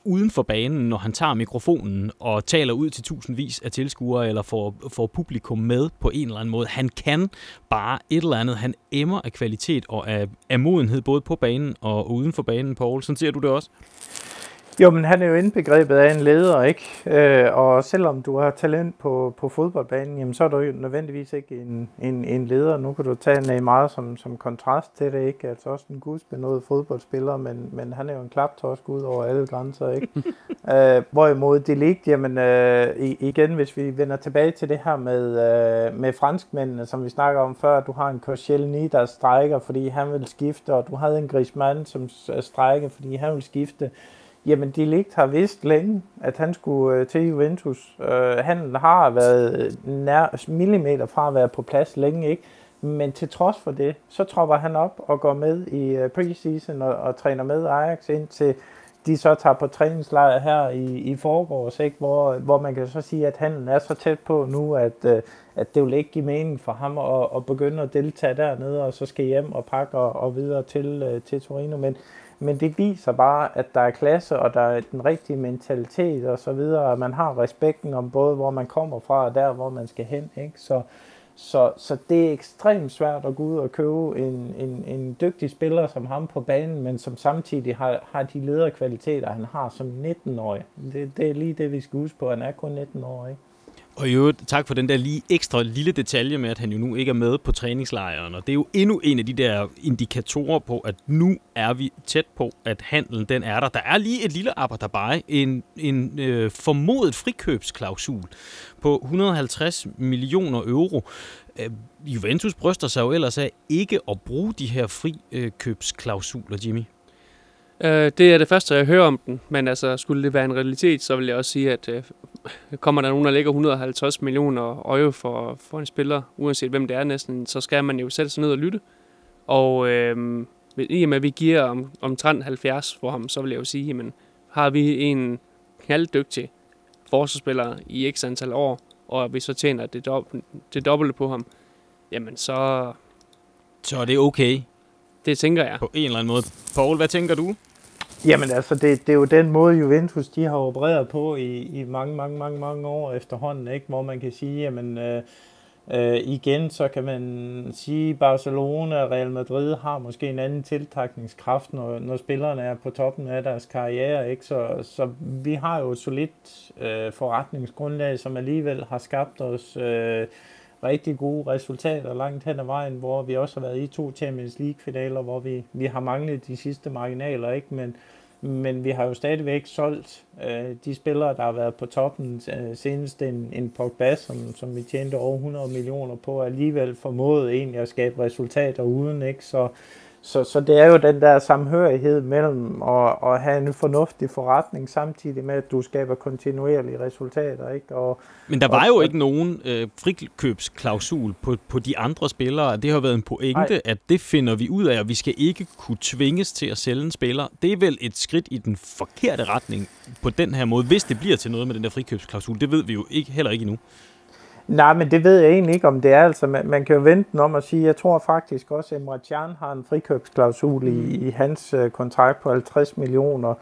uden for banen, når han tager mikrofonen og taler ud til tusindvis af tilskuere, eller får, får publikum med på en eller anden måde. Han kan bare et eller andet. Han emmer af kvalitet og af, af modenhed, både på banen og uden for banen, Poul. Sådan ser du det også? Jo, men han er jo indbegrebet af en leder, ikke? Øh, og selvom du har talent på, på fodboldbanen, jamen, så er du jo nødvendigvis ikke en, en, en leder. Nu kan du tage Neymar som, som kontrast til det, ikke? Altså også en gudsbenået fodboldspiller, men, men han er jo en klaptorsk ud over alle grænser, ikke? øh, hvorimod De Ligt, jamen øh, igen, hvis vi vender tilbage til det her med, øh, med franskmændene, som vi snakker om før, du har en Koscielny, der strækker, fordi han vil skifte, og du havde en Griezmann, som strækker, fordi han vil skifte. Jamen, De Ligt har vidst længe, at han skulle øh, til Juventus. Øh, han har været nær, millimeter fra at være på plads længe, ikke? Men til trods for det, så tropper han op og går med i øh, preseason og, og træner med Ajax, indtil de så tager på træningslejr her i, i forgårs, ikke? Hvor, hvor man kan så sige, at han er så tæt på nu, at, øh, at det vil ikke give mening for ham at, at begynde at deltage dernede, og så skal hjem og pakke og, og videre til, øh, til Torino. Men Men det viser bare, at der er klasse, og der er den rigtige mentalitet og så videre, og man har respekten om både, hvor man kommer fra og der, hvor man skal hen, ikke? Så, så, så det er ekstremt svært at gå ud og købe en, en, en dygtig spiller som ham på banen, men som samtidig har, har de lederkvaliteter, han har som nitten-årig. Det, det er lige det, vi skal huske på. Han er kun nitten år, ikke? Og i øvrigt, tak for den der lige ekstra lille detalje med, at han jo nu ikke er med på træningslejren. Og det er jo endnu en af de der indikatorer på, at nu er vi tæt på, at handlen den er der. Der er lige et lille arbejderbej, en, en øh, formodet frikøbsklausul på et hundrede og halvtreds millioner euro. Øh, Juventus bryster sig jo ellers af ikke at bruge de her frikøbsklausuler, Jimmy. Øh, det er det første, jeg hører om den, men altså, skulle det være en realitet, så vil jeg også sige, at øh, kommer der nogen, der lægger et hundrede og halvtreds millioner euro for, for en spiller, uanset hvem det er næsten, så skal man jo sætte sig ned og lytte. Og øh, i og med, at vi giver om, omtrent halvfjerds for ham, så vil jeg jo sige, jamen, har vi en knalddygtig forsvarsspiller i x antal år, og vi så tjener det, dob- det dobbelte på ham, jamen så... Så er det okay? Det tænker jeg. På en eller anden måde. Poul, hvad tænker du? Jamen altså, det, det er jo den måde, Juventus de har opereret på i, i mange, mange, mange, mange år efterhånden, ikke? Hvor man kan sige, jamen øh, øh, igen, så kan man sige, Barcelona og Real Madrid har måske en anden tiltrækningskraft, når, når spillerne er på toppen af deres karriere, ikke? Så, så vi har jo et solidt øh, forretningsgrundlag, som alligevel har skabt os... Øh, rigtig gode resultater langt hen ad vejen, hvor vi også har været i to Champions League-finaler, hvor vi, vi har manglet de sidste marginaler, ikke? Men, men vi har jo stadigvæk solgt øh, de spillere, der har været på toppen, øh, senest en, en Pogba, som, som vi tjente over hundrede millioner på, alligevel formåede egentlig at skabe resultater uden, ikke? Så, så, så det er jo den der samhørighed mellem at, at have en fornuftig forretning, samtidig med, at du skaber kontinuerlige resultater, ikke? Og, Men der var og, jo ikke nogen øh, frikøbsklausul på, på de andre spillere. Det har været en pointe, nej, at det finder vi ud af, og vi skal ikke kunne tvinges til at sælge en spiller. Det er vel et skridt i den forkerte retning på den her måde, hvis det bliver til noget med den der frikøbsklausul. Det ved vi jo ikke, heller ikke endnu. Nej, men det ved jeg egentlig ikke, om det er. Altså, man, man kan jo vente den om at sige, jeg tror faktisk også, at Emre Can har en frikøbsklausul i, i hans uh, kontrakt på halvtreds millioner.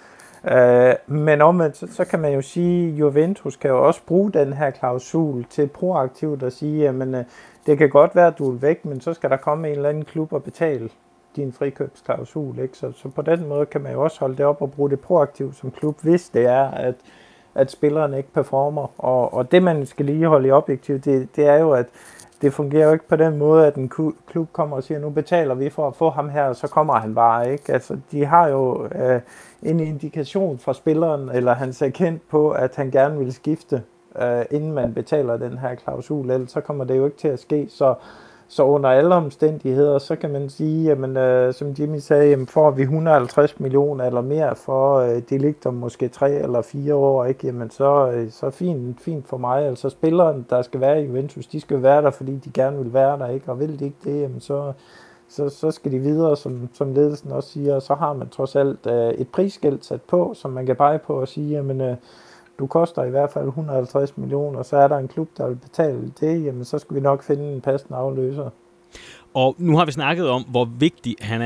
Uh, men omvendt, så, så kan man jo sige, at Juventus kan jo også bruge den her klausul til proaktivt at sige, at uh, det kan godt være, at du er væk, men så skal der komme en eller anden klub og betale din frikøbsklausul, ikke? Så, så på den måde kan man jo også holde det op og bruge det proaktivt som klub, hvis det er, at at spillerne ikke performer. Og, og det, man skal lige holde i objektivt, det, det er jo, at det fungerer jo ikke på den måde, at en klub kommer og siger, nu betaler vi for at få ham her, og så kommer han bare, ikke? Altså, de har jo øh, en indikation fra spilleren, eller hans erkendt på, at han gerne vil skifte, øh, inden man betaler den her klausul, ellers så kommer det jo ikke til at ske. Så Så under alle omstændigheder, så kan man sige, jamen, øh, som Jimmy sagde, jamen, får vi et hundrede og halvtreds millioner eller mere for øh, De Ligt om måske tre eller fire år, ikke? Jamen, så, øh, så fint, fint for mig. Altså spilleren, der skal være i Juventus, de skal være der, fordi de gerne vil være der, ikke? Og vil de ikke det, jamen, så, så, så skal de videre, som, som ledelsen også siger. Og så har man trods alt øh, et prisskilt sat på, som man kan pege på og sige, jamen, øh, du koster i hvert fald et hundrede og halvtreds millioner, og så er der en klub, der vil betale det, jamen så skal vi nok finde en passende afløser. Og nu har vi snakket om, hvor vigtig han er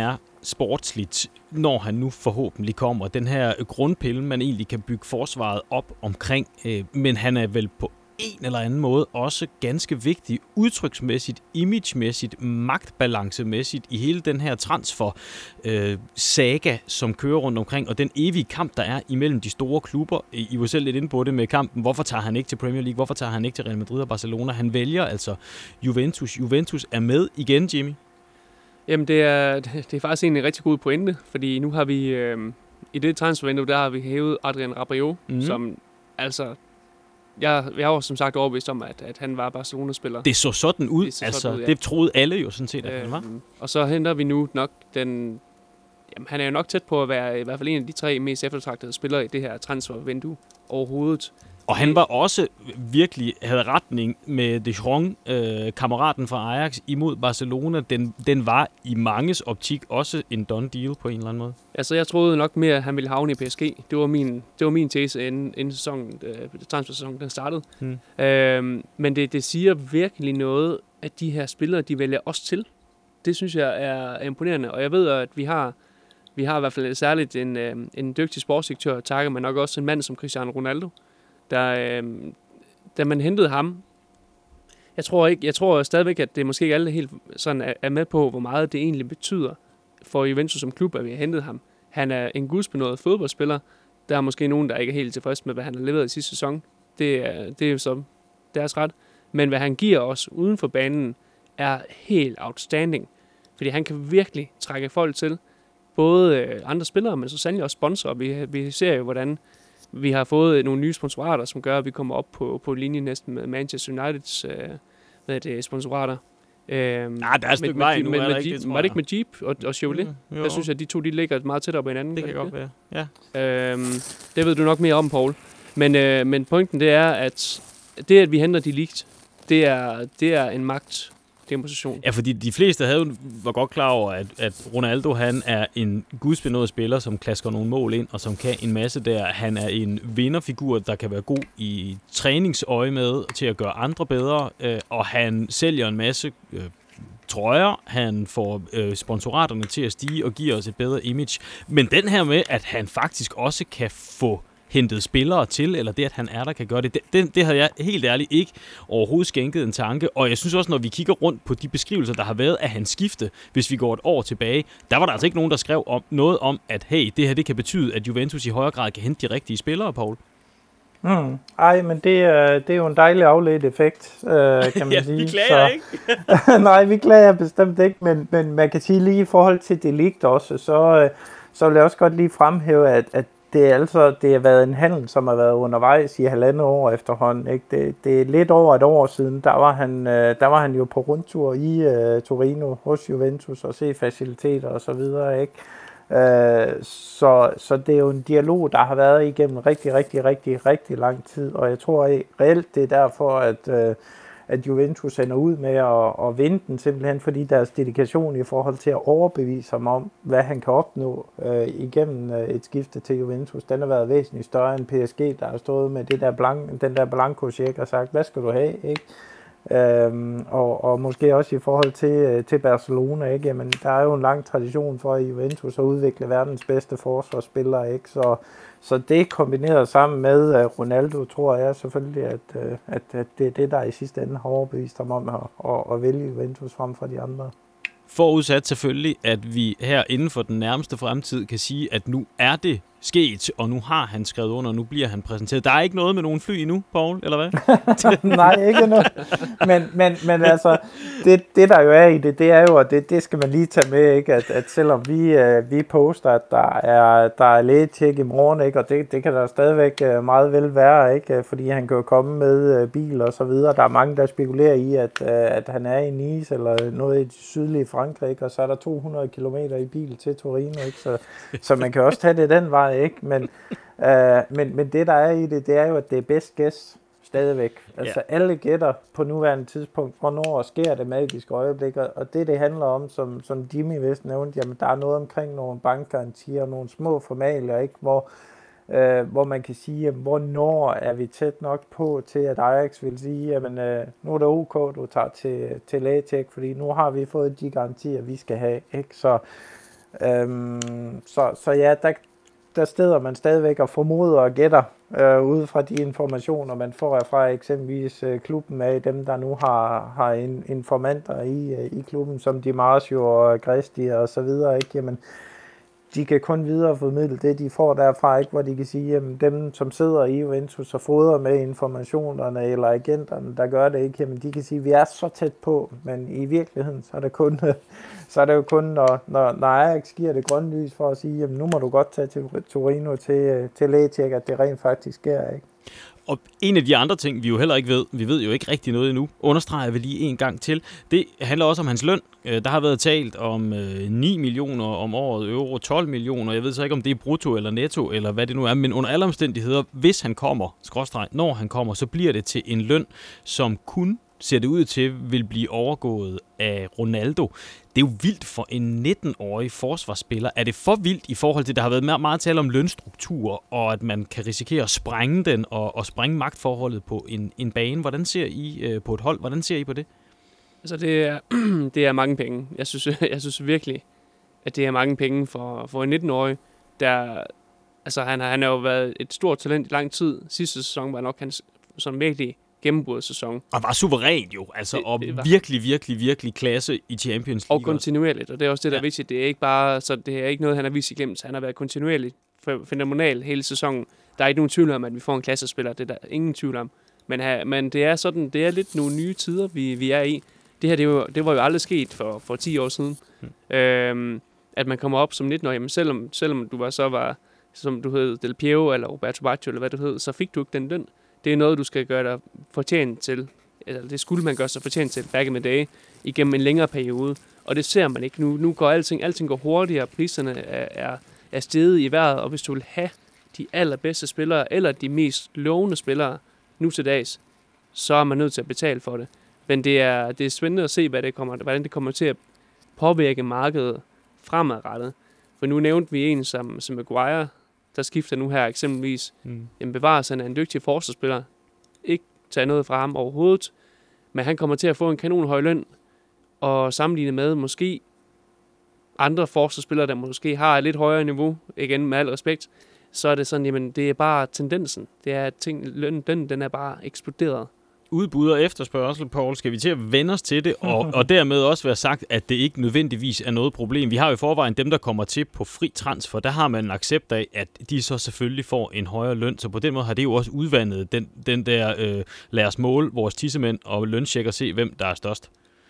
sportsligt, når han nu forhåbentlig kommer. Den her grundpille, man egentlig kan bygge forsvaret op omkring, øh, men han er vel på en eller anden måde også ganske vigtig udtryksmæssigt, imagemæssigt, magtbalancemæssigt i hele den her transfer øh, saga, som kører rundt omkring, og den evige kamp, der er imellem de store klubber. I var selv lidt inde på det med kampen. Hvorfor tager han ikke til Premier League? Hvorfor tager han ikke til Real Madrid og Barcelona? Han vælger altså Juventus. Juventus er med igen, Jimmy. Jamen, det er, det er faktisk en rigtig god pointe, fordi nu har vi, øh, i det transfervindue, der har vi hævet Adrien Rabiot, mm. som altså... Jeg, jeg var som sagt overbevist om, at, at han var Barcelona-spiller. Det så sådan ud. Det, så altså, sådan ud, ja. Det troede alle jo sådan set, at øh, han var. Og så henter vi nu nok den... Jamen, han er jo nok tæt på at være i hvert fald en af de tre mest eftertragtede spillere i det her transfervindue overhovedet. Og han var også virkelig, havde retning med De Jong, øh, kammeraten fra Ajax, imod Barcelona. Den, den var i manges optik også en done deal på en eller anden måde. Altså, jeg troede nok mere, at han ville havne i P S G. Det var min, det var min tese, inden, inden sæsonen, øh, transfersæsonen den startede. Hmm. Øhm, men det, det siger virkelig noget, at de her spillere, de vælger os til. Det synes jeg er imponerende. Og jeg ved, at vi har, vi har i hvert fald særligt en, øh, en dygtig sportsdirektør, takker man nok også en mand som Cristiano Ronaldo. Der, øh, da man hentede ham, jeg tror ikke, jeg tror stadigvæk, at det måske ikke alle helt sådan er, er med på, hvor meget det egentlig betyder for Juventus som klub, at vi har hentet ham. Han er en gudsbenådet fodboldspiller. Der er måske nogen, der ikke er helt tilfreds med, hvad han har leveret i sidste sæson. Det er, det er jo så deres ret. Men hvad han giver os uden for banen, er helt outstanding. Fordi han kan virkelig trække folk til. Både andre spillere, men så sandelig også sponsorer. Vi, vi ser jo, hvordan vi har fået nogle nye sponsorater, som gør, at vi kommer op på, på linjen næsten med Manchester Uniteds øh, hvad er det, sponsorater. Øhm, Nej, der er et stykke vej nu. Med, med, med Jeep, var det ikke med Jeep og, og Chevrolet? Mm, jeg synes, at de to de ligger meget tættere på hinanden. Det kan godt være, ja. Øhm, det ved du nok mere om, Paul. Men, øh, men pointen det er, at det, at vi henter de Ligt, det er, det er en magt. Demonstration. Ja, fordi de fleste havde var godt klar over, at, at Ronaldo, han er en gudsbenådet spiller, som klasker nogle mål ind, og som kan en masse der. Han er en vinderfigur, der kan være god i træningsøje med til at gøre andre bedre, øh, og han sælger en masse øh, trøjer, han får øh, sponsoraterne til at stige og giver os et bedre image. Men den her med, at han faktisk også kan få hentet spillere til, eller det, at han er der, kan gøre det. Det, det, det havde jeg helt ærligt ikke overhovedet skænket en tanke, og jeg synes også, når vi kigger rundt på de beskrivelser, der har været af hans skifte, hvis vi går et år tilbage, der var der altså ikke nogen, der skrev om, noget om, at hey, det her det kan betyde, at Juventus i højere grad kan hente de rigtige spillere, Paul. Mm. Ej, men det er, det er jo en dejlig afledt effekt, øh, kan man ja, sige. vi klager så, ikke. Nej, vi klager bestemt ikke, men, men man kan sige lige i forhold til det Ligt også, så, så vil jeg også godt lige fremhæve, at, at det er altså det har været en handel, som har været undervejs i halvandet år efterhånden. Ikke? Det, det er lidt over et år siden, der var han, der var han jo på rundtur i uh, Torino hos Juventus og se faciliteter og så videre. Ikke? Uh, så, så det er jo en dialog, der har været igennem rigtig, rigtig, rigtig, rigtig lang tid, og jeg tror at reelt det er derfor, at uh, at Juventus ender ud med at, at vinde den, simpelthen fordi deres dedikation i forhold til at overbevise ham om, hvad han kan opnå øh, igennem øh, et skifte til Juventus, den har været væsentligt større end P S G, der har stået med det der blank, den der blanko-check og sagt, hvad skal du have, ikke? Øhm, og, og måske også i forhold til, til Barcelona, ikke? Jamen, der er jo en lang tradition for i Juventus at udvikle verdens bedste forsvarsspillere, ikke? Så, så det kombineret sammen med uh, Ronaldo, tror jeg selvfølgelig, at, uh, at, at det er det, der i sidste ende har overbevist ham om at, at, at vælge Juventus frem for de andre. Forudsat selvfølgelig, at vi her inden for den nærmeste fremtid kan sige, at nu er det sket, og nu har han skrevet under, og nu bliver han præsenteret. Der er ikke noget med nogen fly endnu, Paul, eller hvad? Nej, ikke noget. Men, men, men altså, det, det der jo er i det, det er jo, og det, det skal man lige tage med, ikke? At, at selvom vi, uh, vi poster, at der er, der er lægetjek i morgen, ikke? Og det, det kan der stadigvæk meget vel være, ikke? Fordi han kan jo komme med uh, bil og så videre. Der er mange, der spekulerer i, at, uh, at han er i Nice eller noget i det sydlige Frankrig, ikke? Og så er der to hundrede kilometer i bil til Torino, ikke? Så, så man kan også tage det den vej, ikke? Men, øh, men, men det der er i det, det er jo, at det er best guess stadigvæk. Altså yeah. Alle gætter på nuværende tidspunkt, hvornår sker det magiske øjeblik, og det det handler om, som, som Jimmy vist nævnte, jamen der er noget omkring nogle bankgarantier, nogle små formalier, ikke? Hvor, øh, hvor man kan sige, jamen, hvornår er vi tæt nok på til, at Ajax vil sige, jamen øh, nu er det ok, du tager til, til lægetjek, fordi nu har vi fået de garantier, vi skal have, ikke? Så Øhm, så, så ja, der, der steder man stadigvæk og formoder og gætter øh, ud fra de informationer, man får fra eksempelvis øh, klubben af dem, der nu har, har in, informanter i, øh, i klubben, som Di Marzio og Gristi og så videre, ikke? Jamen, de kan kun videreformidle det, de får derfra, ikke? Hvor de kan sige, jamen dem, som sidder i Juventus og fodrer med informationerne eller agenterne, der gør det ikke, jamen de kan sige, at vi er så tæt på, men i virkeligheden, så er det, kun, så er det jo kun, når, når, når Ajax giver det grønne lys for at sige, jamen nu må du godt tage til Torino til, til lægetjek, at det rent faktisk sker, ikke? Og en af de andre ting, vi jo heller ikke ved, vi ved jo ikke rigtig noget endnu, understreger vi lige en gang til, det handler også om hans løn. Der har været talt om ni millioner om året, euro tolv millioner, jeg ved så ikke, om det er brutto eller netto, eller hvad det nu er, men under alle omstændigheder, hvis han kommer, skråstreg, når han kommer, så bliver det til en løn, som kun ser det ud til, vil blive overgået af Ronaldo. Det er jo vildt for en nitten-årig forsvarsspiller. Er det for vildt i forhold til, at der har været meget, meget tale om lønstruktur, og at man kan risikere at sprænge den og, og sprænge magtforholdet på en, en bane? Hvordan ser I øh, på et hold? Hvordan ser I på det? Altså, det er, det er mange penge. Jeg synes, jeg synes virkelig, at det er mange penge for, for en nitten-årig, der... Altså, han har, han har jo været et stort talent i lang tid. Sidste sæson var nok hans sådan virkelig gennembrudssæson. Og var suveræn jo, altså, det, og det var... virkelig, virkelig, virkelig klasse i Champions League. Og kontinuerligt, og det er også det, der ja. er vigtigt. Det er ikke bare, så det er ikke noget, han har vist i glemt. Han har været kontinuerligt fænomenal hele sæsonen. Der er ikke nogen tvivl om, at vi får en klassespiller. Det er der ingen tvivl om. Men, her, men det er sådan, det er lidt nogle nye tider, vi, vi er i. Det her, det var, det var jo aldrig sket for, for ti år siden. Hmm. Øhm, at man kommer op som nitten-årig, men selvom, selvom du var, så var, som du hed, Del Piero eller Roberto Baggio, eller hvad du hed, så fik du ikke den løn. Det er noget, du skal gøre dig fortjent til, eller det skulle man gøre sig fortjent til back in the day, igennem en længere periode. Og det ser man ikke nu. Nu går alting, alting går hurtigere, priserne er, er, er steget i vejret, og hvis du vil have de allerbedste spillere, eller de mest lovende spillere nu til dags, så er man nødt til at betale for det. Men det er, det er spændende at se, hvad det kommer, hvordan det kommer til at påvirke markedet fremadrettet. For nu nævnte vi en som, som Maguire, der skifter nu her eksempelvis. Mm. Jamen bevares, han er en dygtig forsvarsspiller. Ikke tage noget fra ham overhovedet. Men han kommer til at få en kanonhøj løn. Og sammenlignet med måske andre forsvarsspillere, der måske har et lidt højere niveau, igen med al respekt, så er det sådan, jamen det er bare tendensen. Det er, at ting, løn, den, den er bare eksploderet. Udbud og efterspørgsel, Paul, skal vi til at vende os til det, og, og dermed også være sagt, at det ikke nødvendigvis er noget problem. Vi har jo i forvejen dem, der kommer til på fri transfer, der har man en accept af, at de så selvfølgelig får en højere løn, så på den måde har det jo også udvandet den, den der, øh, lad os måle vores tissemænd og løntjekke og se, hvem der er størst.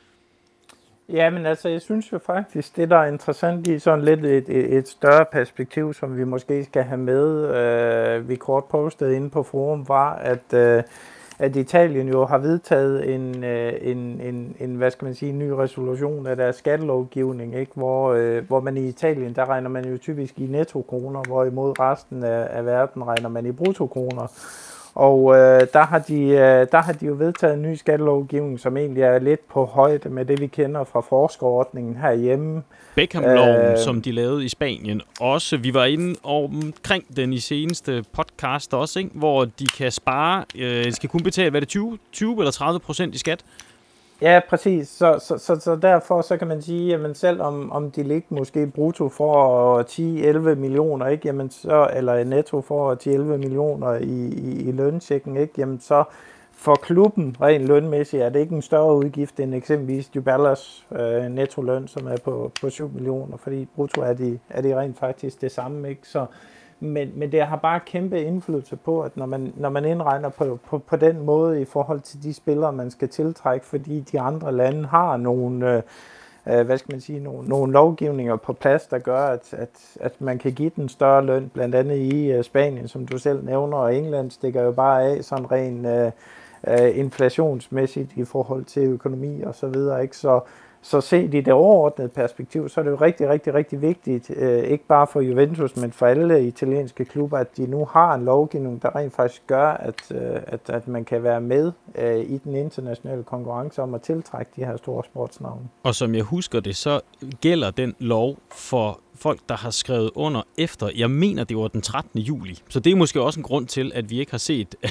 Ja, men altså, jeg synes jo faktisk, det der er interessant i sådan lidt et, et, et større perspektiv, som vi måske skal have med, øh, vi kort postede inde på forum, var, at øh, at Italien jo har vedtaget en, en, en, en, hvad skal man sige, en ny resolution af deres skattelovgivning, ikke? Hvor, øh, hvor man i Italien, der regner man jo typisk i nettokroner, hvorimod resten af, af verden regner man i bruttokroner. Og øh, der, har de, øh, der har de jo vedtaget en ny skattelovgivning, som egentlig er lidt på højde med det, vi kender fra forskerordningen herhjemme. Beckham-loven, øh, som de lavede i Spanien. Også, vi var inde omkring den i seneste podcast også, ikke? Hvor de kan spare, øh, de skal kun betale, hvad er det, tyve, tyve eller tredive procent i skat? Ja, præcis. Så, så, så, så derfor så kan man sige, jamen selv om, om de ligger måske brutto for ti til elleve millioner, ikke, jamen så, eller netto for ti til elleve millioner i, i, i lønchecken, ikke, jamen så for klubben rent lønmæssigt er det ikke en større udgift end eksempelvis Dybalas øh, nettoløn, som er på, på syv millioner, fordi brutto er de, er de rent faktisk det samme, ikke, så Men, men det har bare kæmpe indflydelse på, at når man, når man indregner på, på, på den måde i forhold til de spillere, man skal tiltrække, fordi de andre lande har nogle, øh, hvad skal man sige, nogle, nogle lovgivninger på plads, der gør, at, at, at man kan give den større løn, blandt andet i uh, Spanien, som du selv nævner, og England stikker jo bare af sådan ren øh, øh, inflationsmæssigt i forhold til økonomi og så videre, ikke? Så Så set i det overordnede perspektiv, så er det jo rigtig, rigtig, rigtig vigtigt, øh, ikke bare for Juventus, men for alle italienske klubber, at de nu har en lovgivning, der rent faktisk gør, at, øh, at, at man kan være med øh, i den internationale konkurrence om at tiltrække de her store sportsnavne. Og som jeg husker det, så gælder den lov for folk, der har skrevet under efter, jeg mener, det var den trettende juli. Så det er måske også en grund til, at vi ikke har set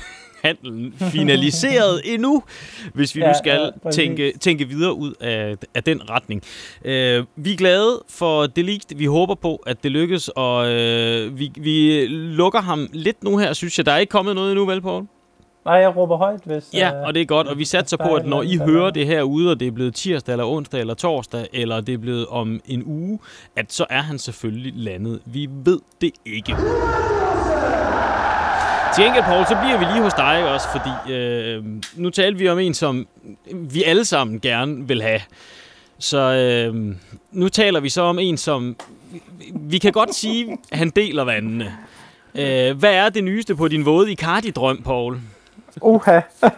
handlen finaliseret endnu, hvis vi ja, nu skal ja, tænke, tænke videre ud af, af den retning. Øh, vi er glade for det leaked. Vi håber på, at det lykkes, og øh, vi, vi lukker ham lidt nu her, synes jeg. Der er ikke kommet noget endnu, vel, Poul? Nej, jeg råber højt, hvis... Ja, og det er godt, og vi satser på, at når I hører det her ude, og det er blevet tirsdag, eller onsdag, eller torsdag, eller det er blevet om en uge, at så er han selvfølgelig landet. Vi ved det ikke. Til gengæld, Poul, så bliver vi lige hos dig også, fordi øh, nu taler vi om en, som vi alle sammen gerne vil have. Så øh, nu taler vi så om en, som vi kan godt sige, han deler vandene. Øh, hvad er det nyeste på din våde Icardi-drøm, Poul? Uha.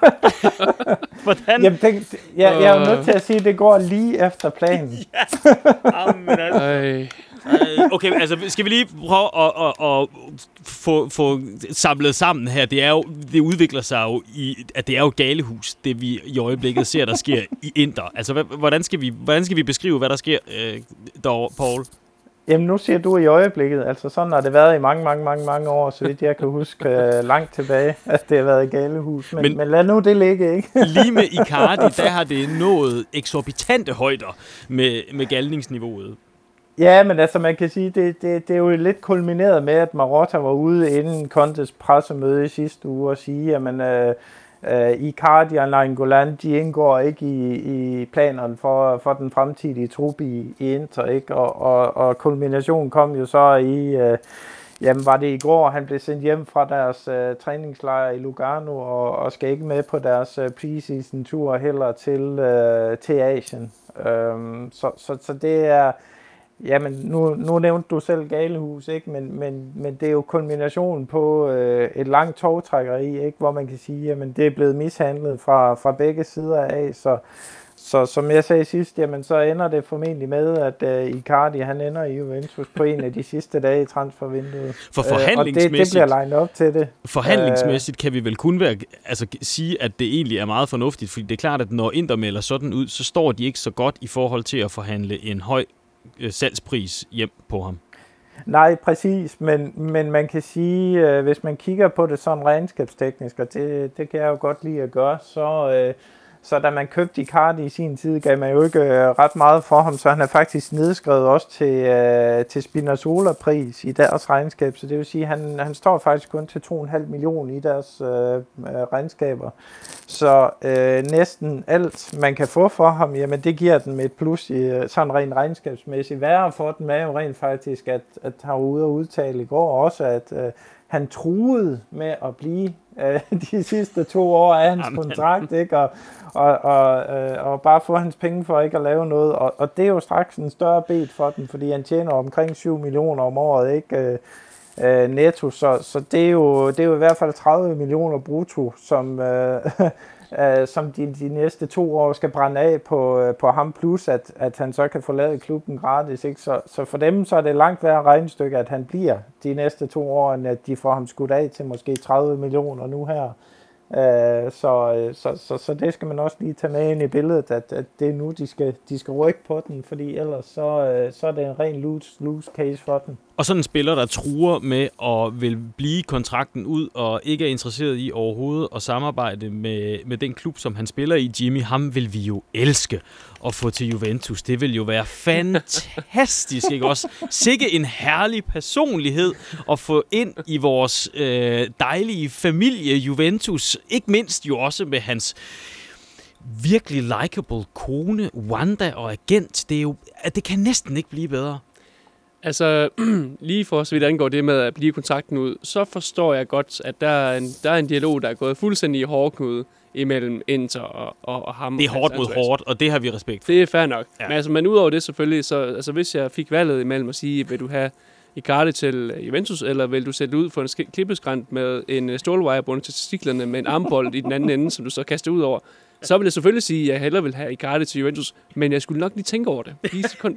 Hvordan? Jamen, det, jeg, jeg er jo nødt til at sige, at det går lige efter planen. Ja. Jamen, altså. Okay, altså skal vi lige prøve at, at, at få, få samlet sammen her. Det er jo, det udvikler sig jo i, at det er jo galehus, det vi i øjeblikket ser, der sker i Inter. Altså, hvordan skal vi, hvordan skal vi beskrive, hvad der sker øh, derovre, Poul? Jamen, nu siger du i øjeblikket. Altså, sådan har det været i mange, mange, mange, mange år, så vidt jeg kan huske øh, langt tilbage, at det har været et galehus. Men, men, men lad nu det ligge, ikke? Lige med Icardi, der har det nået eksorbitante højder med, med galningsniveauet. Ja, men altså man kan sige, det, det, det er jo lidt kulmineret med, at Marotta var ude inden Contes pressemøde i sidste uge og sige, at man, øh, øh, Icardi og Nainggolan, de indgår ikke i, i planerne for, for den fremtidige trup i, i Inter, ikke? Og, og, og kulminationen kom jo så i, øh, jamen var det i går, han blev sendt hjem fra deres øh, træningslejr i Lugano og, og skal ikke med på deres øh, preseason tur heller til, øh, til Asien. Øh, så, så, så det er... Jamen, nu, nu nævnte du selv galehus, ikke? Men, men, men det er jo kulminationen på øh, et langt togtrækkeri, ikke? Hvor man kan sige, at det er blevet mishandlet fra, fra begge sider af. Så, så som jeg sagde sidst, jamen, så ender det formentlig med, at øh, Icardi han ender i Juventus på en af de sidste dage i transfervinduet. For forhandlingsmæssigt, øh, og det, det bliver legnet op til det. Forhandlingsmæssigt kan vi vel kun være, altså, sige, at det egentlig er meget fornuftigt, fordi det er klart, at når Inter melder sådan ud, så står de ikke så godt i forhold til at forhandle en høj salgspris hjem på ham. Nej, præcis, men, men man kan sige, øh, hvis man kigger på det sådan regnskabsteknisk, og det, det kan jeg jo godt lide at gøre, så, øh, så da man købte Icardi i sin tid, gav man jo ikke øh, ret meget for ham, så han er faktisk nedskrevet også til, øh, til Spinazzola-pris i deres regnskab, så det vil sige, at han, han står faktisk kun til to komma fem millioner i deres øh, regnskaber. Så øh, næsten alt, man kan få for ham, jamen det giver dem et plus i sådan rent regnskabsmæssigt. Værre for dem er jo rent faktisk, at, at han var ude og udtale i går også, at øh, han truede med at blive øh, de sidste to år af hans kontrakt, ikke? Og, og, og, øh, og bare få hans penge for ikke at lave noget. Og, og det er jo straks en større bet for dem, fordi han tjener omkring syv millioner om året, ikke? Øh, Øh, netto, så, så det, er jo, det er jo i hvert fald tredive millioner brutto, som, øh, øh, som de, de næste to år skal brænde af på, øh, på ham, plus at, at han så kan forlade klubben gratis. Ikke? Så, så for dem så er det langt værre regnestykke, at han bliver de næste to år, end at de får ham skudt af til måske tredive millioner nu her. Øh, så, så, så, så det skal man også lige tage med ind i billedet, at, at det er nu, de skal, de skal rykke på den, fordi ellers så, så er det en ren lose, lose case for den. Og sådan en spiller, der truer med at vil blive kontrakten ud, og ikke er interesseret i overhovedet at samarbejde med, med den klub, som han spiller i, Jimmy, ham vil vi jo elske at få til Juventus. Det vil jo være fantastisk, ikke også? Sikke en herlig personlighed at få ind i vores øh, dejlige familie Juventus. Ikke mindst jo også med hans virkelig likable kone, Wanda, og agent. Det er jo, at det kan næsten ikke blive bedre. Altså, lige for så vidt angår det med at blive kontrakten ud, så forstår jeg godt, at der er en, der er en dialog, der er gået fuldstændig i hårdknude imellem Inter og, og, og ham. Det er hårdt mod hårdt, og det har vi respekt for. Det er fair nok. Ja. Men, altså, men udover det selvfølgelig, så altså, hvis jeg fik valget imellem at sige, vil du have Icardi til Juventus, eller vil du sætte ud for en sk- klippeskrant med en stålwire bundet til testiklerne med en armbold i den anden ende, som du så kaster ud over, så vil jeg selvfølgelig sige, at jeg hellere vil have Icardi til Juventus, men jeg skulle nok lige tænke over det. Lige sekund.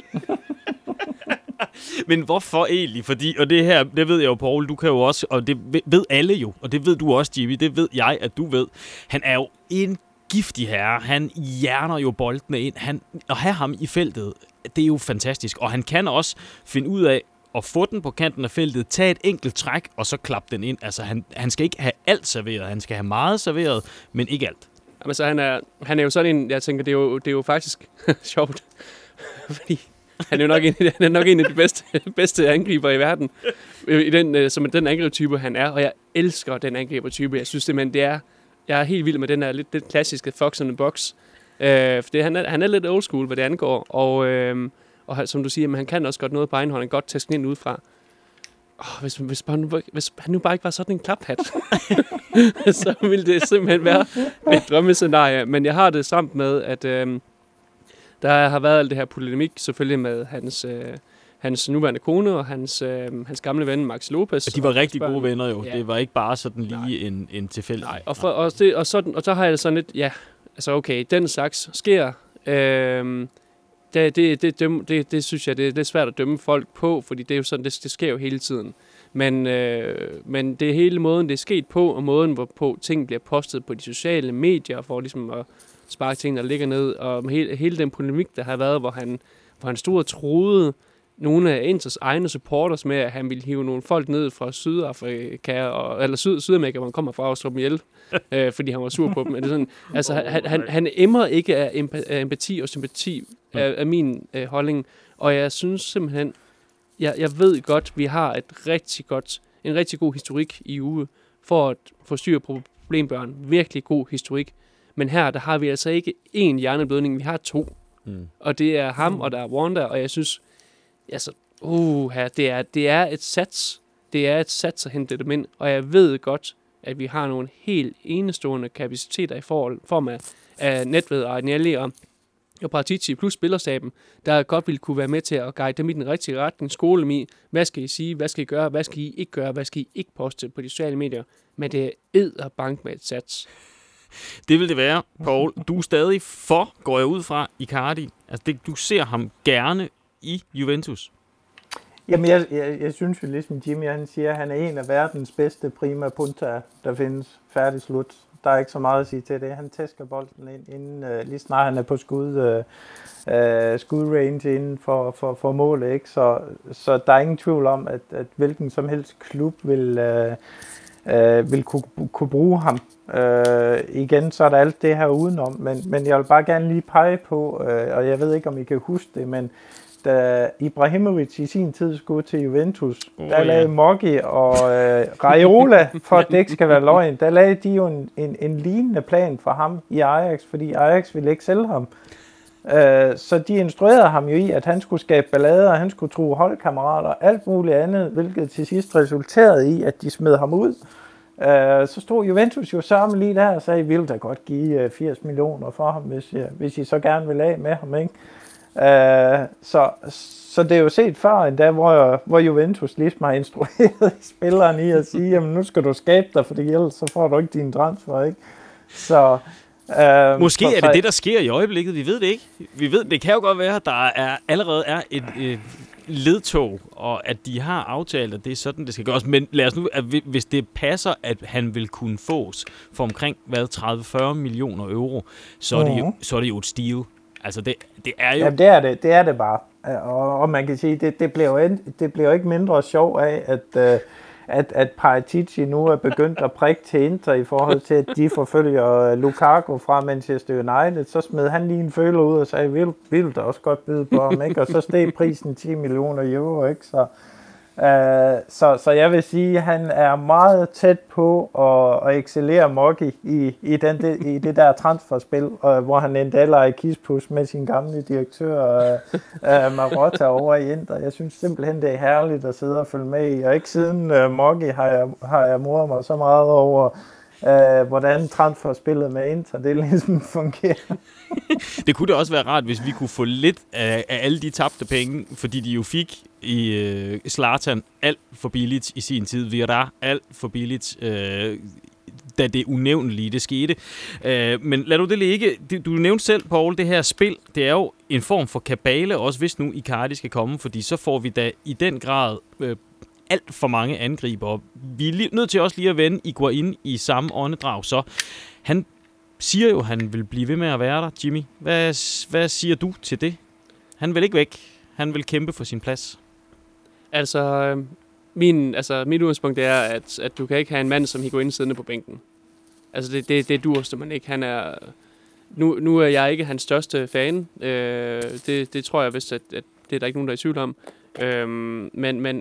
Men hvorfor egentlig? Fordi, og det her, det ved jeg jo, Poul, du kan jo også, og det ved alle jo, og det ved du også, Jimmy, det ved jeg, at du ved. Han er jo en giftig herre. Han hjerner jo boldene ind. Han, at have ham i feltet, det er jo fantastisk. Og han kan også finde ud af at få den på kanten af feltet, tage et enkelt træk, og så klappe den ind. Altså, han, han skal ikke have alt serveret. Han skal have meget serveret, men ikke alt. Jamen, så han er, han er jo sådan en, jeg tænker, det er jo, det er jo faktisk sjovt, fordi han er jo nok en, han er nok en af de bedste, bedste angriber i verden, i den, som den angribertype, han er, og jeg elsker den angribertype. Jeg synes simpelthen, det er, jeg er helt vild med den der lidt den klassiske fox on the box. Øh, for det, han, er, han er lidt old school, hvad det angår, og, øh, og som du siger, men han kan også godt noget på egen hånd, han kan godt tæske ind udefra. Oh, hvis, hvis, bare, hvis han nu bare ikke var sådan en klaphat, så ville det simpelthen være et drømmescenarie. Men jeg har det samt med, at øh, der har været alt det her polemik, selvfølgelig med hans, øh, hans nuværende kone og hans, øh, hans gamle ven, Max Lopez. Og de var rigtig gode venner jo. Ja. Det var ikke bare sådan lige en, en tilfældig. Nej, og, for, og, det, og, sådan, og så har jeg det sådan lidt, ja, altså okay, den slags sker. Øh, Det, det, det, det, det, det synes jeg, det er lidt svært at dømme folk på, fordi det er jo sådan, det, det sker jo hele tiden. Men, øh, men det er hele måden, det er sket på, og måden, hvorpå ting bliver postet på de sociale medier, for ligesom at sparke ting, der ligger ned, og hele, hele den polemik, der har været, hvor han, hvor han stod og troede nogle af Inters egne supporters med, at han ville hive nogle folk ned fra Sydafrika, og, eller Syd, Sydamerika, hvor han kommer fra, og slå dem ihjel, øh, fordi han var sur på dem. Er det sådan, altså, han, han, han emmer ikke af empati og sympati af, af min øh, holdning, og jeg synes simpelthen, jeg, jeg ved godt, vi har et rigtig godt, en rigtig god historik i uge for at få styr på problembørn. Virkelig god historik. Men her, der har vi altså ikke én hjerneblødning, vi har to. Mm. Og det er ham, og der er Wanda, og jeg synes, altså, uh, her, det, er, det er et sats. Det er et sats at hente dem ind, og jeg ved godt, at vi har nogle helt enestående kapaciteter i forhold, form af, af Nedved og Agnelli og, og Paratici plus spillerstaben, der godt ville kunne være med til at guide dem i den rigtige retning, skole dem i, hvad skal I sige, hvad skal I gøre, hvad skal I ikke gøre, hvad skal I ikke poste på de sociale medier, men det er edderbank med et sats. Det vil det være, Paul. Du er stadig for, går jeg ud fra, Icardi. Altså, det, du ser ham gerne i Juventus. Jamen, jeg, jeg, jeg synes jo ligesom Jimmy, han siger, at han er en af verdens bedste prima punta, der findes. Færdig slut. Der er ikke så meget at sige til det. Han tæsker bolden ind, inden, uh, lige snart han er på skud, uh, uh, skudrange inden for, for, for målet. Ikke? Så, så der er ingen tvivl om, at, at hvilken som helst klub vil, uh, uh, vil kunne, kunne bruge ham. Uh, igen, så er der alt det her udenom, men, men jeg vil bare gerne lige pege på, uh, og jeg ved ikke, om I kan huske det, men da Ibrahimovic i sin tid skulle til Juventus, oh, der lavede yeah. Moggi og øh, Raiola, for at det ikke skal være løgn, der lavede de jo en, en, en lignende plan for ham i Ajax, fordi Ajax ville ikke sælge ham. Øh, så de instruerede ham jo i, at han skulle skabe ballader, han skulle true holdkammerater og alt muligt andet, hvilket til sidst resulterede i, at de smed ham ud. Øh, så stod Juventus jo sammen lige der og sagde, I ville da godt give firs millioner for ham, hvis, jeg, hvis I så gerne vil af med ham, ikke? Uh, så, så det er jo set før endda, hvor, hvor Juventus ligesom har instrueret spilleren i at sige, jamen nu skal du skabe dig, for ellers så får du ikke din transfer, ikke? Så, uh, Måske så, er det det, der sker i øjeblikket, vi ved det ikke. Vi ved, det kan jo godt være, at der er, allerede er et, et ledtog, og at de har aftalt, at det er sådan, det skal gøres. Men lad os nu, at hvis det passer, at han vil kunne fås for omkring, hvad, tredive til fyrre millioner euro, så er, uh-huh. det jo, så er det jo et steal. Altså, det, det er jo... Jamen, det er det, det er det bare. Og, og man kan sige, det, det, bliver jo, det bliver jo ikke mindre sjov af, at, uh, at, at Paratici nu er begyndt at prikke til Inter i forhold til, at de forfølger Lukaku fra Manchester United. Så smed han lige en føler ud og sagde, vil, vil da også godt byde på ham, ikke? Og så steg prisen ti millioner euro, ikke? Så, uh, så, så jeg vil sige, at han er meget tæt på at, at excellere Moggi i, i, den, det, i det der transferspil, uh, hvor han endda leger kispus med sin gamle direktør uh, uh, Marotta over i Inter. Jeg synes simpelthen, det er herligt at sidde og følge med i, og ikke siden uh, Moggi har jeg, har jeg moret mig så meget over, Uh, hvordan transferspillet med Inter, det ligesom fungerer. Det kunne det også være rart, hvis vi kunne få lidt af, af alle de tabte penge, fordi de jo fik i uh, Zlatan alt for billigt i sin tid. Vi er der alt for billigt, uh, da det unævnlige det skete. Uh, men lad du det ligge. Du nævnte selv, Paul, det her spil, det er jo en form for kabale, også hvis nu Icardi skal komme, fordi så får vi da i den grad uh, alt for mange angriber. Vi er lige, nødt til også lige at vende Higuaín i samme åndedrag, så han siger jo, at han vil blive ved med at være der, Jimmy. Hvad, hvad siger du til det? Han vil ikke væk. Han vil kæmpe for sin plads. Altså, min, altså, mit udgangspunkt er, at, at du kan ikke have en mand som Higuain siddende på bænken. Altså, det, det, det duer man ikke. Han er, nu, nu er jeg ikke hans største fan. Øh, det, det tror jeg vist, at, at det er der ikke nogen, der er i tvivl om. Øh, men, men,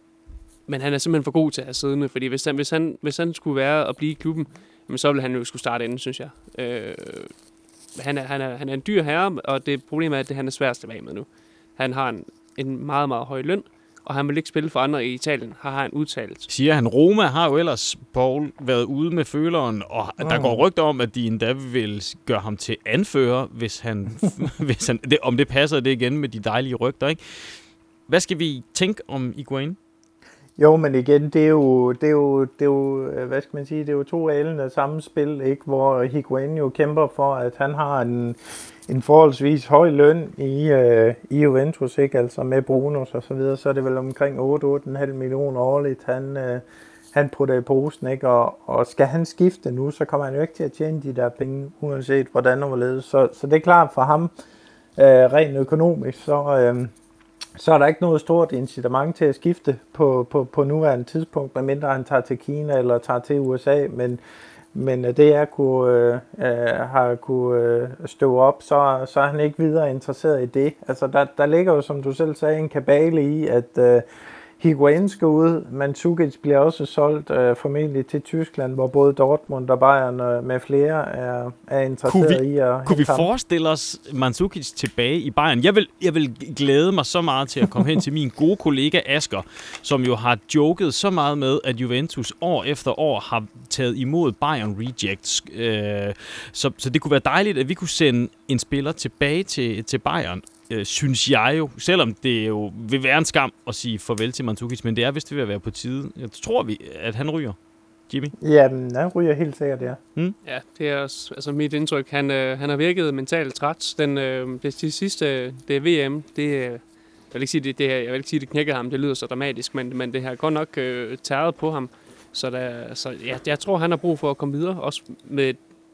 men han er simpelthen for god til at have siddende, fordi hvis han, hvis han, hvis han skulle være og blive i klubben, så ville han jo skulle starte inden, synes jeg. Øh, han, er, han, er, han er en dyr herre, og det problemet er, at det, han er sværest at være med nu. Han har en, en meget, meget høj løn, og han vil ikke spille for andre i Italien, har han udtalt. Siger han, Roma har jo ellers, Paul, været ude med føleren, og mm. der går rygter om, at de endda vil gøre ham til anfører, hvis han, hvis han det, om det passer det igen med de dejlige rygter, ikke? Hvad skal vi tænke om Higuain? Jo, men igen, det er jo, det er jo, det er jo, hvad skal man sige, det er jo to ælende samspil, ikke, hvor Higuain jo kæmper for, at han har en, en forholdsvis høj løn i, øh, i Juventus, ikke, altså med bonus og så videre, så er det vel omkring otte til otte komma fem millioner årligt, han, øh, han putter i posen, ikke, og, og skal han skifte nu, så kommer han jo ikke til at tjene de der penge, uanset hvordan og hvorledes, så, så det er klart for ham, øh, rent økonomisk, så... Øh, så er der ikke noget stort incitament til at skifte på, på, på nuværende tidspunkt, medmindre han tager til Kina eller tager til U S A, men, men det jeg kunne, øh, har kunne øh, stå op, så, så er han ikke videre interesseret i det. Altså der, der ligger jo, som du selv sagde, en kabale i, at øh, Higuain skal ud, Mandzukic bliver også solgt øh, formentlig til Tyskland, hvor både Dortmund og Bayern øh, med flere er, er interesseret vi, i at... Kunne vi forestille os Mandzukic tilbage i Bayern? Jeg vil, jeg vil glæde mig så meget til at komme hen til min gode kollega Asger, som jo har joket så meget med, at Juventus år efter år har taget imod Bayern rejects. Øh, så, så det kunne være dejligt, at vi kunne sende en spiller tilbage til, til Bayern. Øh, synes jeg jo, selvom det jo vil være en skam at sige farvel til Mandzukic, men det er vist det vil være på tide. Jeg tror vi, at han ryger. Jimmy? Jamen, han ryger helt sikkert, ja. Hmm? Ja, det er også altså mit indtryk. Han, øh, han har virket mentalt træt. Den, øh, det, det sidste, det er V M, det jeg vil ikke sige, det, det, jeg vil ikke sige, det knækker ham, det lyder så dramatisk, men, men det har godt nok øh, tæret på ham. Så, der, så ja, jeg tror, han har brug for at komme videre, også med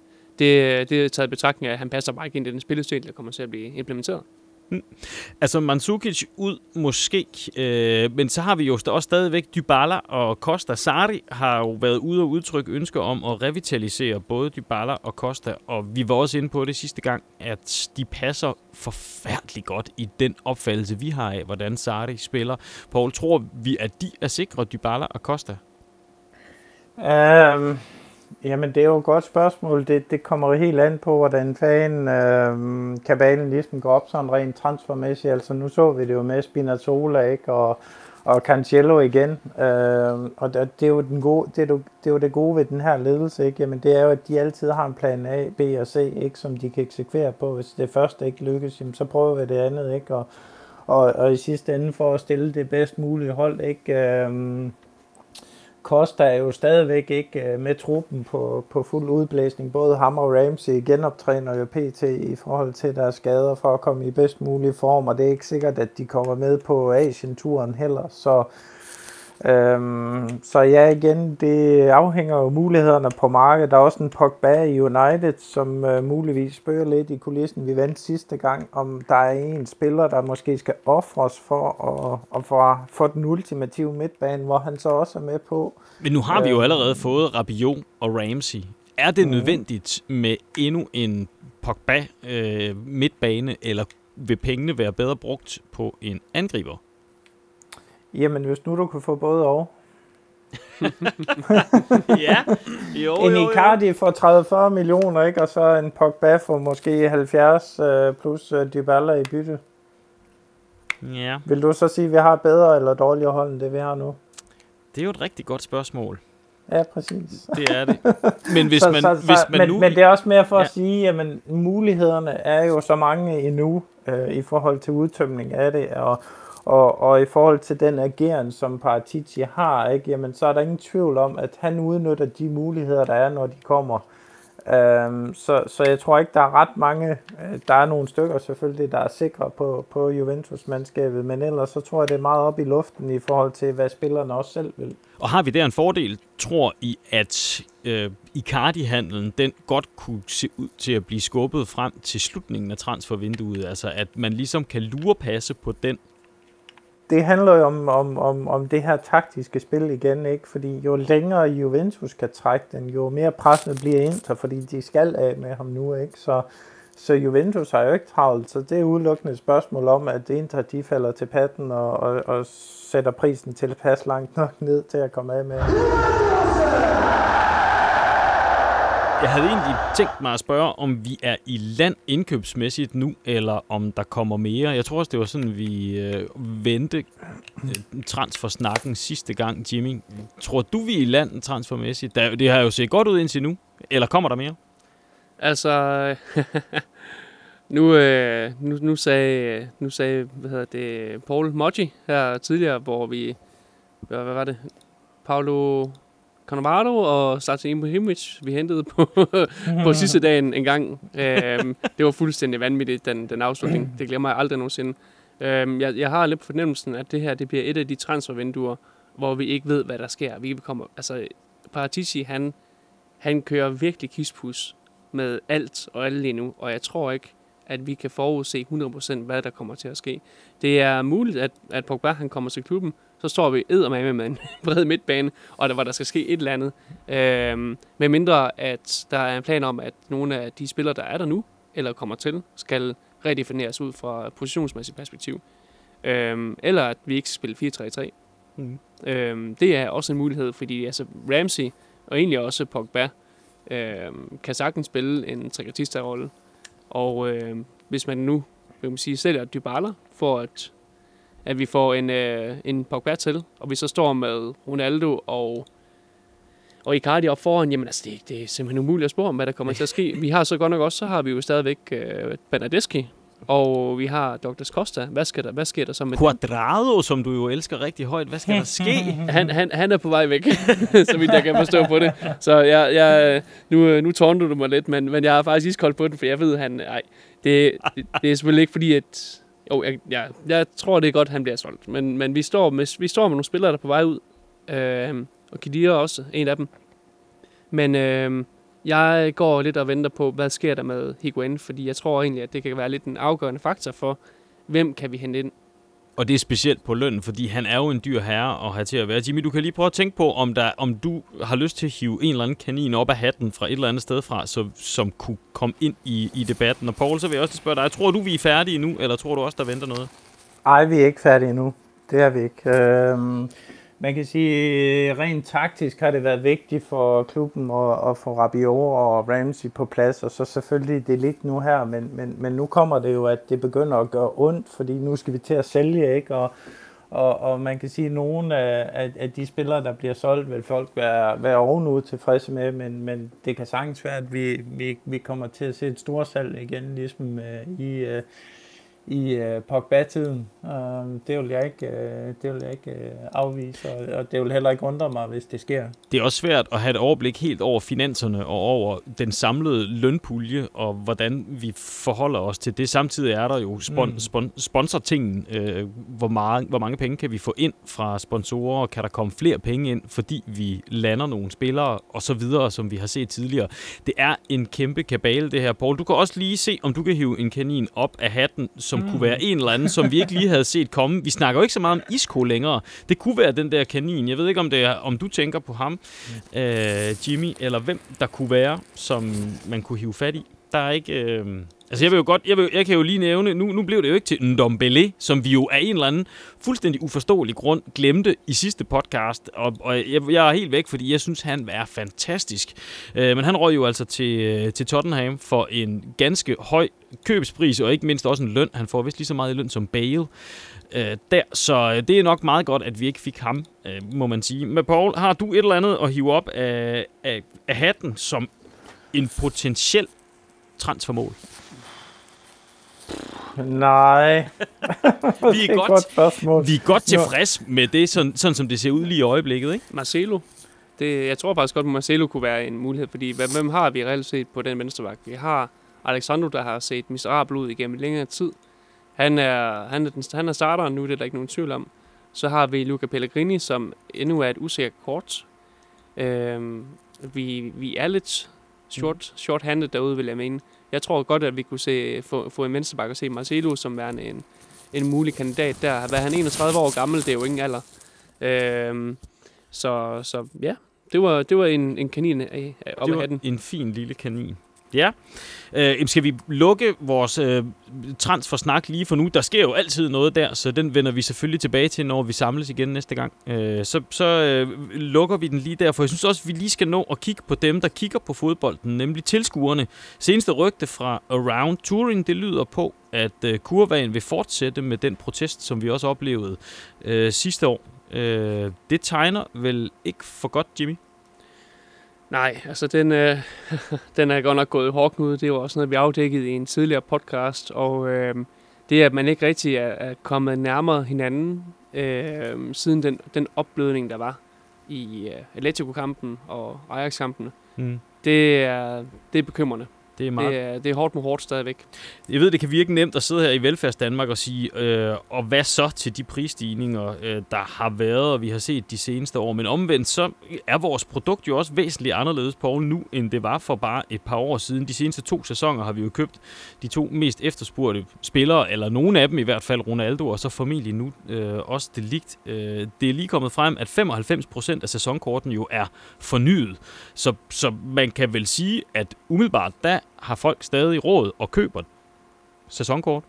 det, det er taget betragtning af, at han passer bare ikke ind i den spillestil, der kommer til at blive implementeret. Hmm. Altså Mandzukic ud måske, øh, men så har vi jo også stadigvæk Dybala og Costa. Sarri har jo været ude og udtrykke ønsker om at revitalisere både Dybala og Costa, og vi var også inde på det sidste gang, at de passer forfærdeligt godt i den opfattelse, vi har af, hvordan Sarri spiller. Paul, tror vi, at de er sikre, Dybala og Costa? Um Jamen, det er jo et godt spørgsmål. Det, det kommer helt an på, hvordan fanden øh, kabalen ligesom går op sådan rent transfermæssigt. Altså, nu så vi det jo med Spinazzola, ikke? Og, og Cancelo igen. Øh, og det, det, er jo den gode, det, er jo, det er jo det gode ved den her ledelse, ikke? Jamen, det er jo, at de altid har en plan A, B og C, ikke? Som de kan eksekvere på. Hvis det første ikke lykkes, jamen, så prøver vi det andet, ikke? Og, og, og i sidste ende for at stille det bedst mulige hold, ikke? Øh, Costa er jo stadigvæk ikke med truppen på, på fuld udblæsning. Både ham og Ramsey genoptræner jo P T i forhold til deres skader for at komme i bedst mulig form, og det er ikke sikkert, at de kommer med på Asien-turen heller. Så, øhm, så ja, igen, det afhænger jo mulighederne på markedet. Der er også en Pogba i United, som øh, muligvis spørger lidt i kulissen. Vi vendte sidste gang, om der er en spiller, der måske skal ofres for at, at få, få den ultimative midtbane, hvor han så også er med på. Men nu har vi jo allerede fået Rabiot og Ramsey. Er det nødvendigt med endnu en Pogba øh, midtbane, eller vil pengene være bedre brugt på en angriber? Jamen, hvis nu du kunne få både og. Ja, jo, en jo, Icardi for tredive til fyrre millioner, ikke? Og så en Pogba for måske halvfjerds øh, plus øh, Dybala i bytte. Ja. Vil du så sige, at vi har bedre eller dårligere hold, end det vi har nu? Det er jo et rigtig godt spørgsmål. Ja, præcis. Det er det. Men hvis så, man, så, hvis så, man men, nu... men det er også mere for ja. at sige, at mulighederne er jo så mange endnu øh, i forhold til udtømning af det, og Og, og i forhold til den ageren, som Paratici har, ikke, jamen, så er der ingen tvivl om, at han udnytter de muligheder, der er, når de kommer. Øhm, så, så jeg tror ikke, der er ret mange, der er nogle stykker selvfølgelig, der er sikre på, på Juventus-mandskabet, men ellers så tror jeg, det er meget op i luften i forhold til, hvad spillerne også selv vil. Og har vi der en fordel, tror I, at øh, Icardi-handlen, den godt kunne se ud til at blive skubbet frem til slutningen af transfervinduet, altså at man ligesom kan lurepasse på den? det handler jo om, om, om, om det her taktiske spil igen, ikke? Fordi jo længere Juventus kan trække den, jo mere presset bliver Inter, fordi de skal af med ham nu, ikke? Så, så Juventus har jo ikke travlt, så det er udelukkende et spørgsmål om, at Inter de falder til patten og, og, og sætter prisen tilpas langt nok ned til at komme af med. Jeg havde egentlig tænkt mig at spørge, om vi er i land indkøbsmæssigt nu, eller om der kommer mere. Jeg tror også, det var sådan, vi øh, vendte øh, transfersnakken sidste gang, Jimmy. Tror du, vi er i land transfermæssigt? Der, det har jo set godt ud indtil nu. Eller kommer der mere? Altså, nu, øh, nu, nu sagde, nu sagde hvad hedder det, Paul Moggi her tidligere, hvor vi, hvad, hvad var det, Paolo Cannavaro og Zlatan Ibrahimovic, vi hentede på, på sidste dagen en gang. Øhm, det var fuldstændig vanvittigt, den, den afslutning. Det glemmer jeg aldrig nogensinde. Øhm, jeg, jeg har lidt på fornemmelsen, at det her det bliver et af de transfervinduer, hvor vi ikke ved, hvad der sker. Vi kommer, altså, Paratici, han, han kører virkelig kispus med alt og alle lige nu, og jeg tror ikke, at vi kan forudse hundrede procent, hvad der kommer til at ske. Det er muligt, at, at Pogba han kommer til klubben, så står vi eddermame med en bred midtbane, og der, hvor der skal ske et eller andet. Øhm, med mindre, at der er en plan om, at nogle af de spillere, der er der nu, eller kommer til, skal redefineres ud fra positionsmæssigt perspektiv. Øhm, eller at vi ikke skal spille fire tre tre. Mm. Øhm, det er også en mulighed, fordi altså, Ramsey, og egentlig også Pogba, øhm, kan sagtens spille en trequartista-rolle. Og øh, hvis man nu vil man sige, sælger Dybala, for at, at vi får en, øh, en Pogba til, og vi så står med Ronaldo og, og Icardi op foran, jamen altså, det, det er simpelthen umuligt at spore om, hvad der kommer til at ske. Vi har så godt nok også, så har vi jo stadigvæk øh, Bernardeschi, og vi har Douglas Costa. Hvad sker der, hvad sker der så med Cuadrado, dem? Som du jo elsker rigtig højt. Hvad skal der ske? Han, han, han er på vej væk, så vidt jeg kan forstå på det. Så jeg, jeg, nu, nu tårner du mig lidt, men, men jeg er faktisk iskoldt på den, for jeg ved, han... Ej, det, det, det er selvfølgelig ikke fordi, at... Jo, jeg, jeg, jeg tror, det er godt, han bliver solgt. Men, men vi, står med, vi står med nogle spillere, der er på vej ud. Øh, og Khedira også, en af dem. Men... Øh, Jeg går lidt og venter på, hvad sker der med Higuain, fordi jeg tror egentlig, at det kan være lidt en afgørende faktor for, hvem kan vi hente ind. Og det er specielt på lønnen, fordi han er jo en dyr herre at have til at være. Jimmy, du kan lige prøve at tænke på, om, der, om du har lyst til at hive en eller anden kanin op af hatten fra et eller andet sted fra, så, som kunne komme ind i, i debatten. Og Paul, så vil jeg også spørge dig, tror du, vi er færdige nu, eller tror du også, der venter noget? Ej, vi er ikke færdige endnu. Det er vi ikke. Øhm Man kan sige, rent taktisk har det været vigtigt for klubben at, at få Rabiot og Ramsey på plads, og så selvfølgelig det lidt nu her, men, men, men nu kommer det jo, at det begynder at gøre ondt, fordi nu skal vi til at sælge, ikke? Og, og, og man kan sige, at nogle af, af de spillere, der bliver solgt, vil folk være, være ovenud tilfredse med, men, men det kan sagtens være, at vi, vi, vi kommer til at se et stort salg igen, ligesom uh, i... Uh, i uh, Pogba-tiden. Uh, det vil jeg ikke, uh, det vil jeg ikke uh, afvise, og, og det vil heller ikke undre mig, hvis det sker. Det er også svært at have et overblik helt over finanserne og over den samlede lønpulje, og hvordan vi forholder os til det. Samtidig er der jo spon- spon- sponsortingen. Uh, hvor, meget, hvor mange penge kan vi få ind fra sponsorer? Kan der komme flere penge ind, fordi vi lander nogle spillere, og så videre, som vi har set tidligere. Det er en kæmpe kabale, det her, Paul. Du kan også lige se, om du kan hive en kanin op af hatten, som mm. kunne være en eller anden, som vi ikke lige havde set komme. Vi snakker jo ikke så meget om Isco længere. Det kunne være den der kanin. Jeg ved ikke, om det er, om du tænker på ham, mm. øh, Jimmy, eller hvem der kunne være, som man kunne hive fat i. Der er ikke... Øh... Altså, jeg vil jo godt... Jeg, vil, jeg kan jo lige nævne... Nu, nu blev det jo ikke til Ndombele, som vi jo af en eller anden fuldstændig uforståelig grund glemte i sidste podcast. Og, og jeg, jeg er helt væk, fordi jeg synes, han er fantastisk. Øh, men han røg jo altså til, til Tottenham for en ganske høj købspris, og ikke mindst også en løn. Han får vist lige så meget i løn som Bale. Øh, der. Så det er nok meget godt, at vi ikke fik ham, øh, må man sige. Men Paul, har du et eller andet at hive op af, af, af hatten som en potentiel transfermål? Nej. vi er, er godt, vi er godt tilfreds med det, sådan, sådan som det ser ud lige i øjeblikket, ikke? Marcelo. Det, jeg tror faktisk godt, at Marcelo kunne være en mulighed, fordi hvem har vi reelt set på den venstrevagt? Vi har Alexandro, der har set miserabel ud igennem længere tid. Han er, han er, den, han er starteren nu, det er der ikke nogen tvivl om. Så har vi Luca Pellegrini, som endnu er et usikkert kort. Øhm, vi, vi er lidt short, short-handed derude, vil jeg mene. Jeg tror godt, at vi kunne se, få, få en venstreback og se Marcelo som værende en, en mulig kandidat der. Hvad han enogtredive år gammel, det er jo ingen alder. Øh, så, så ja, det var, det var en, en kanin af, af op det af var hatten. En fin lille kanin. Ja. Øh, skal vi lukke vores øh, transfersnak lige for nu? Der sker jo altid noget der, så den vender vi selvfølgelig tilbage til, når vi samles igen næste gang. Øh, så så øh, lukker vi den lige der, for jeg synes også, at vi lige skal nå at kigge på dem, der kigger på fodbolden, nemlig tilskuerne. Seneste rygte fra Around Touring, det lyder på, at øh, kurvaen vil fortsætte med den protest, som vi også oplevede øh, sidste år. Øh, det tegner vel ikke for godt, Jimmy? Nej, altså den, øh, den er godt nok gået i hårdknude. Det var også noget, vi afdækkede i en tidligere podcast, og øh, det, at man ikke rigtig er, er kommet nærmere hinanden øh, siden den, den opblødning, der var i øh, Atletico-kampen og Ajax-kampene, mm. det, er, det er bekymrende. Det er, meget... det, er, det er hårdt med hårdt stadigvæk. Jeg ved, det kan virke nemt at sidde her i Velfærds Danmark og sige, øh, og hvad så til de prisstigninger, øh, der har været, og vi har set de seneste år. Men omvendt, så er vores produkt jo også væsentligt anderledes, Poul, nu, end det var for bare et par år siden. De seneste to sæsoner har vi jo købt de to mest efterspurgte spillere, eller nogle af dem i hvert fald, Ronaldo, og så formentlig nu øh, også De Ligt. Øh, det er lige kommet frem, at femoghalvfems procent af sæsonkorten jo er fornyet. Så, så man kan vel sige, at umiddelbart, der har folk stadig råd og køber sæsonkort?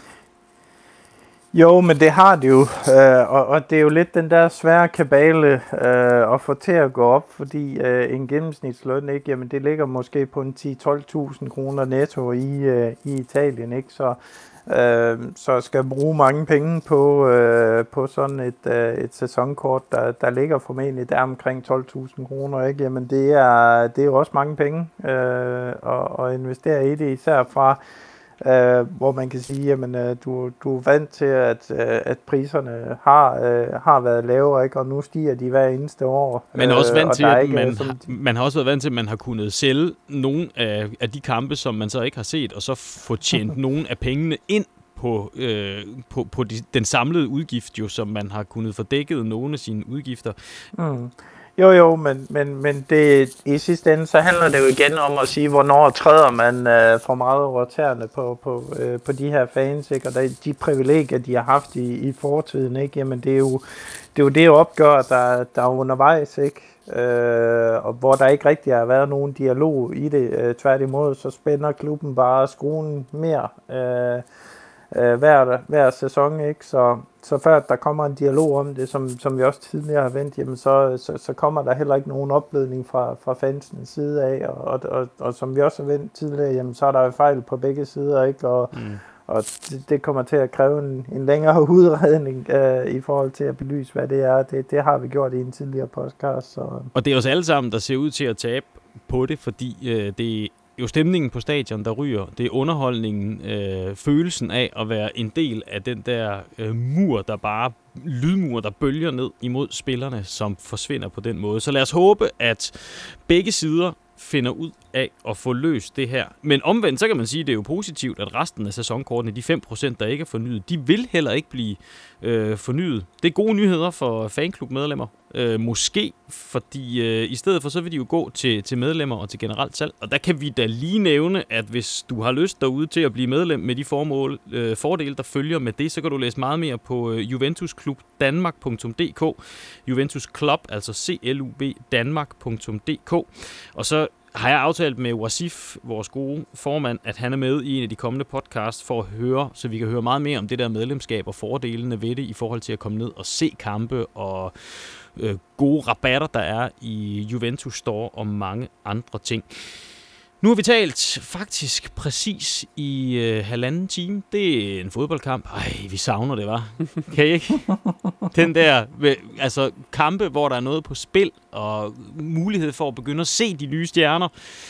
Jo, men det har det jo, øh, og, og det er jo lidt den der svære kabale øh, at få til at gå op, fordi øh, en gennemsnitsløn, ikke, jamen det ligger måske på en ti til tolv tusind kroner netto i, øh, i Italien, ikke, så øh, så skal bruge mange penge på øh, på sådan et øh, et sæsonkort, der der ligger formentlig der omkring tolv tusind kroner, ikke, jamen det er det er jo også mange penge øh, at, at investere i det, især fra Uh, hvor man kan sige, jamen uh, du, du er vant til, at, uh, at priserne har, uh, har været lavere, ikke? Og nu stiger de hver eneste år. Man er også vant uh, til, at ikke, man, som har, man har også været vant til, at man har kunnet sælge nogle af, af de kampe, som man så ikke har set, og så få tjent nogle af pengene ind på, øh, på, på de, den samlede udgift, jo, som man har kunnet få dækket nogle af sine udgifter. Mm. Jo, jo, men, men, men det, i sidste ende, så handler det jo igen om at sige, hvornår træder man øh, for meget over tæerne på, på, øh, på de her fans, ikke? Og der, de privilegier, de har haft i, i fortiden, ikke? Jamen, det er jo det, er jo det opgør, der, der er undervejs, ikke? Øh, og hvor der ikke rigtig har været nogen dialog i det. Øh, tværtimod, så spænder klubben bare skruen mere øh, øh, hver, hver sæson, ikke? Så Så før der kommer en dialog om det, som, som vi også tidligere har vendt, jamen så, så, så kommer der heller ikke nogen opblødning fra, fra fansens side af, og, og, og, og som vi også har vendt tidligere, jamen så er der jo fejl på begge sider, ikke? Og, mm. og det, det kommer til at kræve en, en længere udredning øh, i forhold til at belyse, hvad det er. Det, det har vi gjort i en tidligere podcast. Så. Og det er os alle sammen, der ser ud til at tabe på det, fordi øh, det jo stemningen på stadion, der ryger. Det er underholdningen, øh, følelsen af at være en del af den der øh, mur, der bare, lydmur, der bølger ned imod spillerne, som forsvinder på den måde. Så lad os håbe, at begge sider finder ud af at få løst det her. Men omvendt, så kan man sige, at det er jo positivt, at resten af sæsonkortene, de fem procent, der ikke er fornyet, de vil heller ikke blive øh, fornyet. Det er gode nyheder for fanklubmedlemmer. Øh, måske, fordi øh, i stedet for, så vil de jo gå til, til medlemmer og til generelt salg. Og der kan vi da lige nævne, at hvis du har lyst derude til at blive medlem med de formål, øh, fordele, der følger med det, så kan du læse meget mere på øh, juventus klub danmark punktum d k. Juventus Club, altså C L U B Danmark punktum d k. Og så har jeg aftalt med Wasif, vores gode formand, at han er med i en af de kommende podcasts for at høre, så vi kan høre meget mere om det der medlemskab og fordelene ved det i forhold til at komme ned og se kampe og øh, gode rabatter, der er i Juventus Store og mange andre ting. Nu har vi talt faktisk præcis i øh, halvanden time. Det er en fodboldkamp. Ej, vi savner det, hva'? Kan I ikke? Den der, altså kampe, hvor der er noget på spil, og mulighed for at begynde at se de nye stjerner.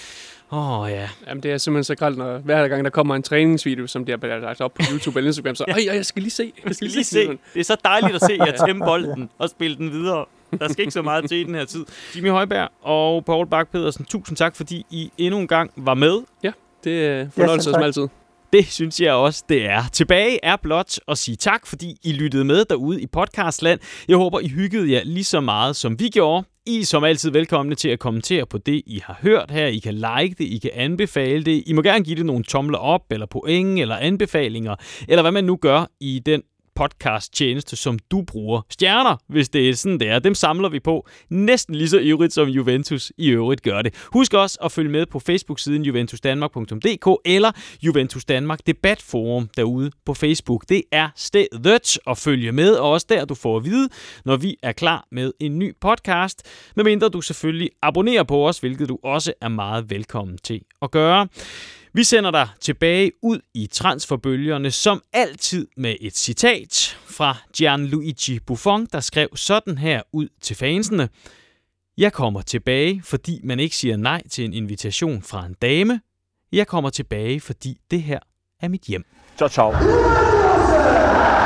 Åh, oh, ja. Jamen, det er simpelthen så grelt, når hver gang der kommer en træningsvideo, som der bliver lagt op på YouTube eller Instagram, så ej, jeg skal lige se. Jeg skal lige se. Det er så dejligt at se jer tæmme bolden og spille den videre. Der skal ikke så meget til i den her tid. Jimmy Højberg og Poul Bak Pedersen, tusind tak, fordi I endnu en gang var med. Ja, det er fornøjelse som altid. Det synes jeg også, det er. Tilbage er blot at sige tak, fordi I lyttede med derude i podcastland. Jeg håber, I hyggede jer lige så meget, som vi gjorde. I er som altid velkomne til at kommentere på det, I har hørt her. I kan like det, I kan anbefale det. I må gerne give det nogle tomler op, eller point, eller anbefalinger, eller hvad man nu gør i den podcast-tjeneste, som du bruger. Stjerner, hvis det er sådan, det er. Dem samler vi på næsten lige så ivrigt, som Juventus i øvrigt gør det. Husk også at følge med på Facebook-siden juventus danmark punktum d k eller Juventus Danmark Debatforum derude på Facebook. Det er stedet at følge med, og også der, du får at vide, når vi er klar med en ny podcast, medmindre du selvfølgelig abonnerer på os, hvilket du også er meget velkommen til at gøre. Vi sender dig tilbage ud i transferbølgerne, som altid med et citat fra Gianluigi Buffon, der skrev sådan her ud til fansene. Jeg kommer tilbage, fordi man ikke siger nej til en invitation fra en dame. Jeg kommer tilbage, fordi det her er mit hjem. Ciao, ciao.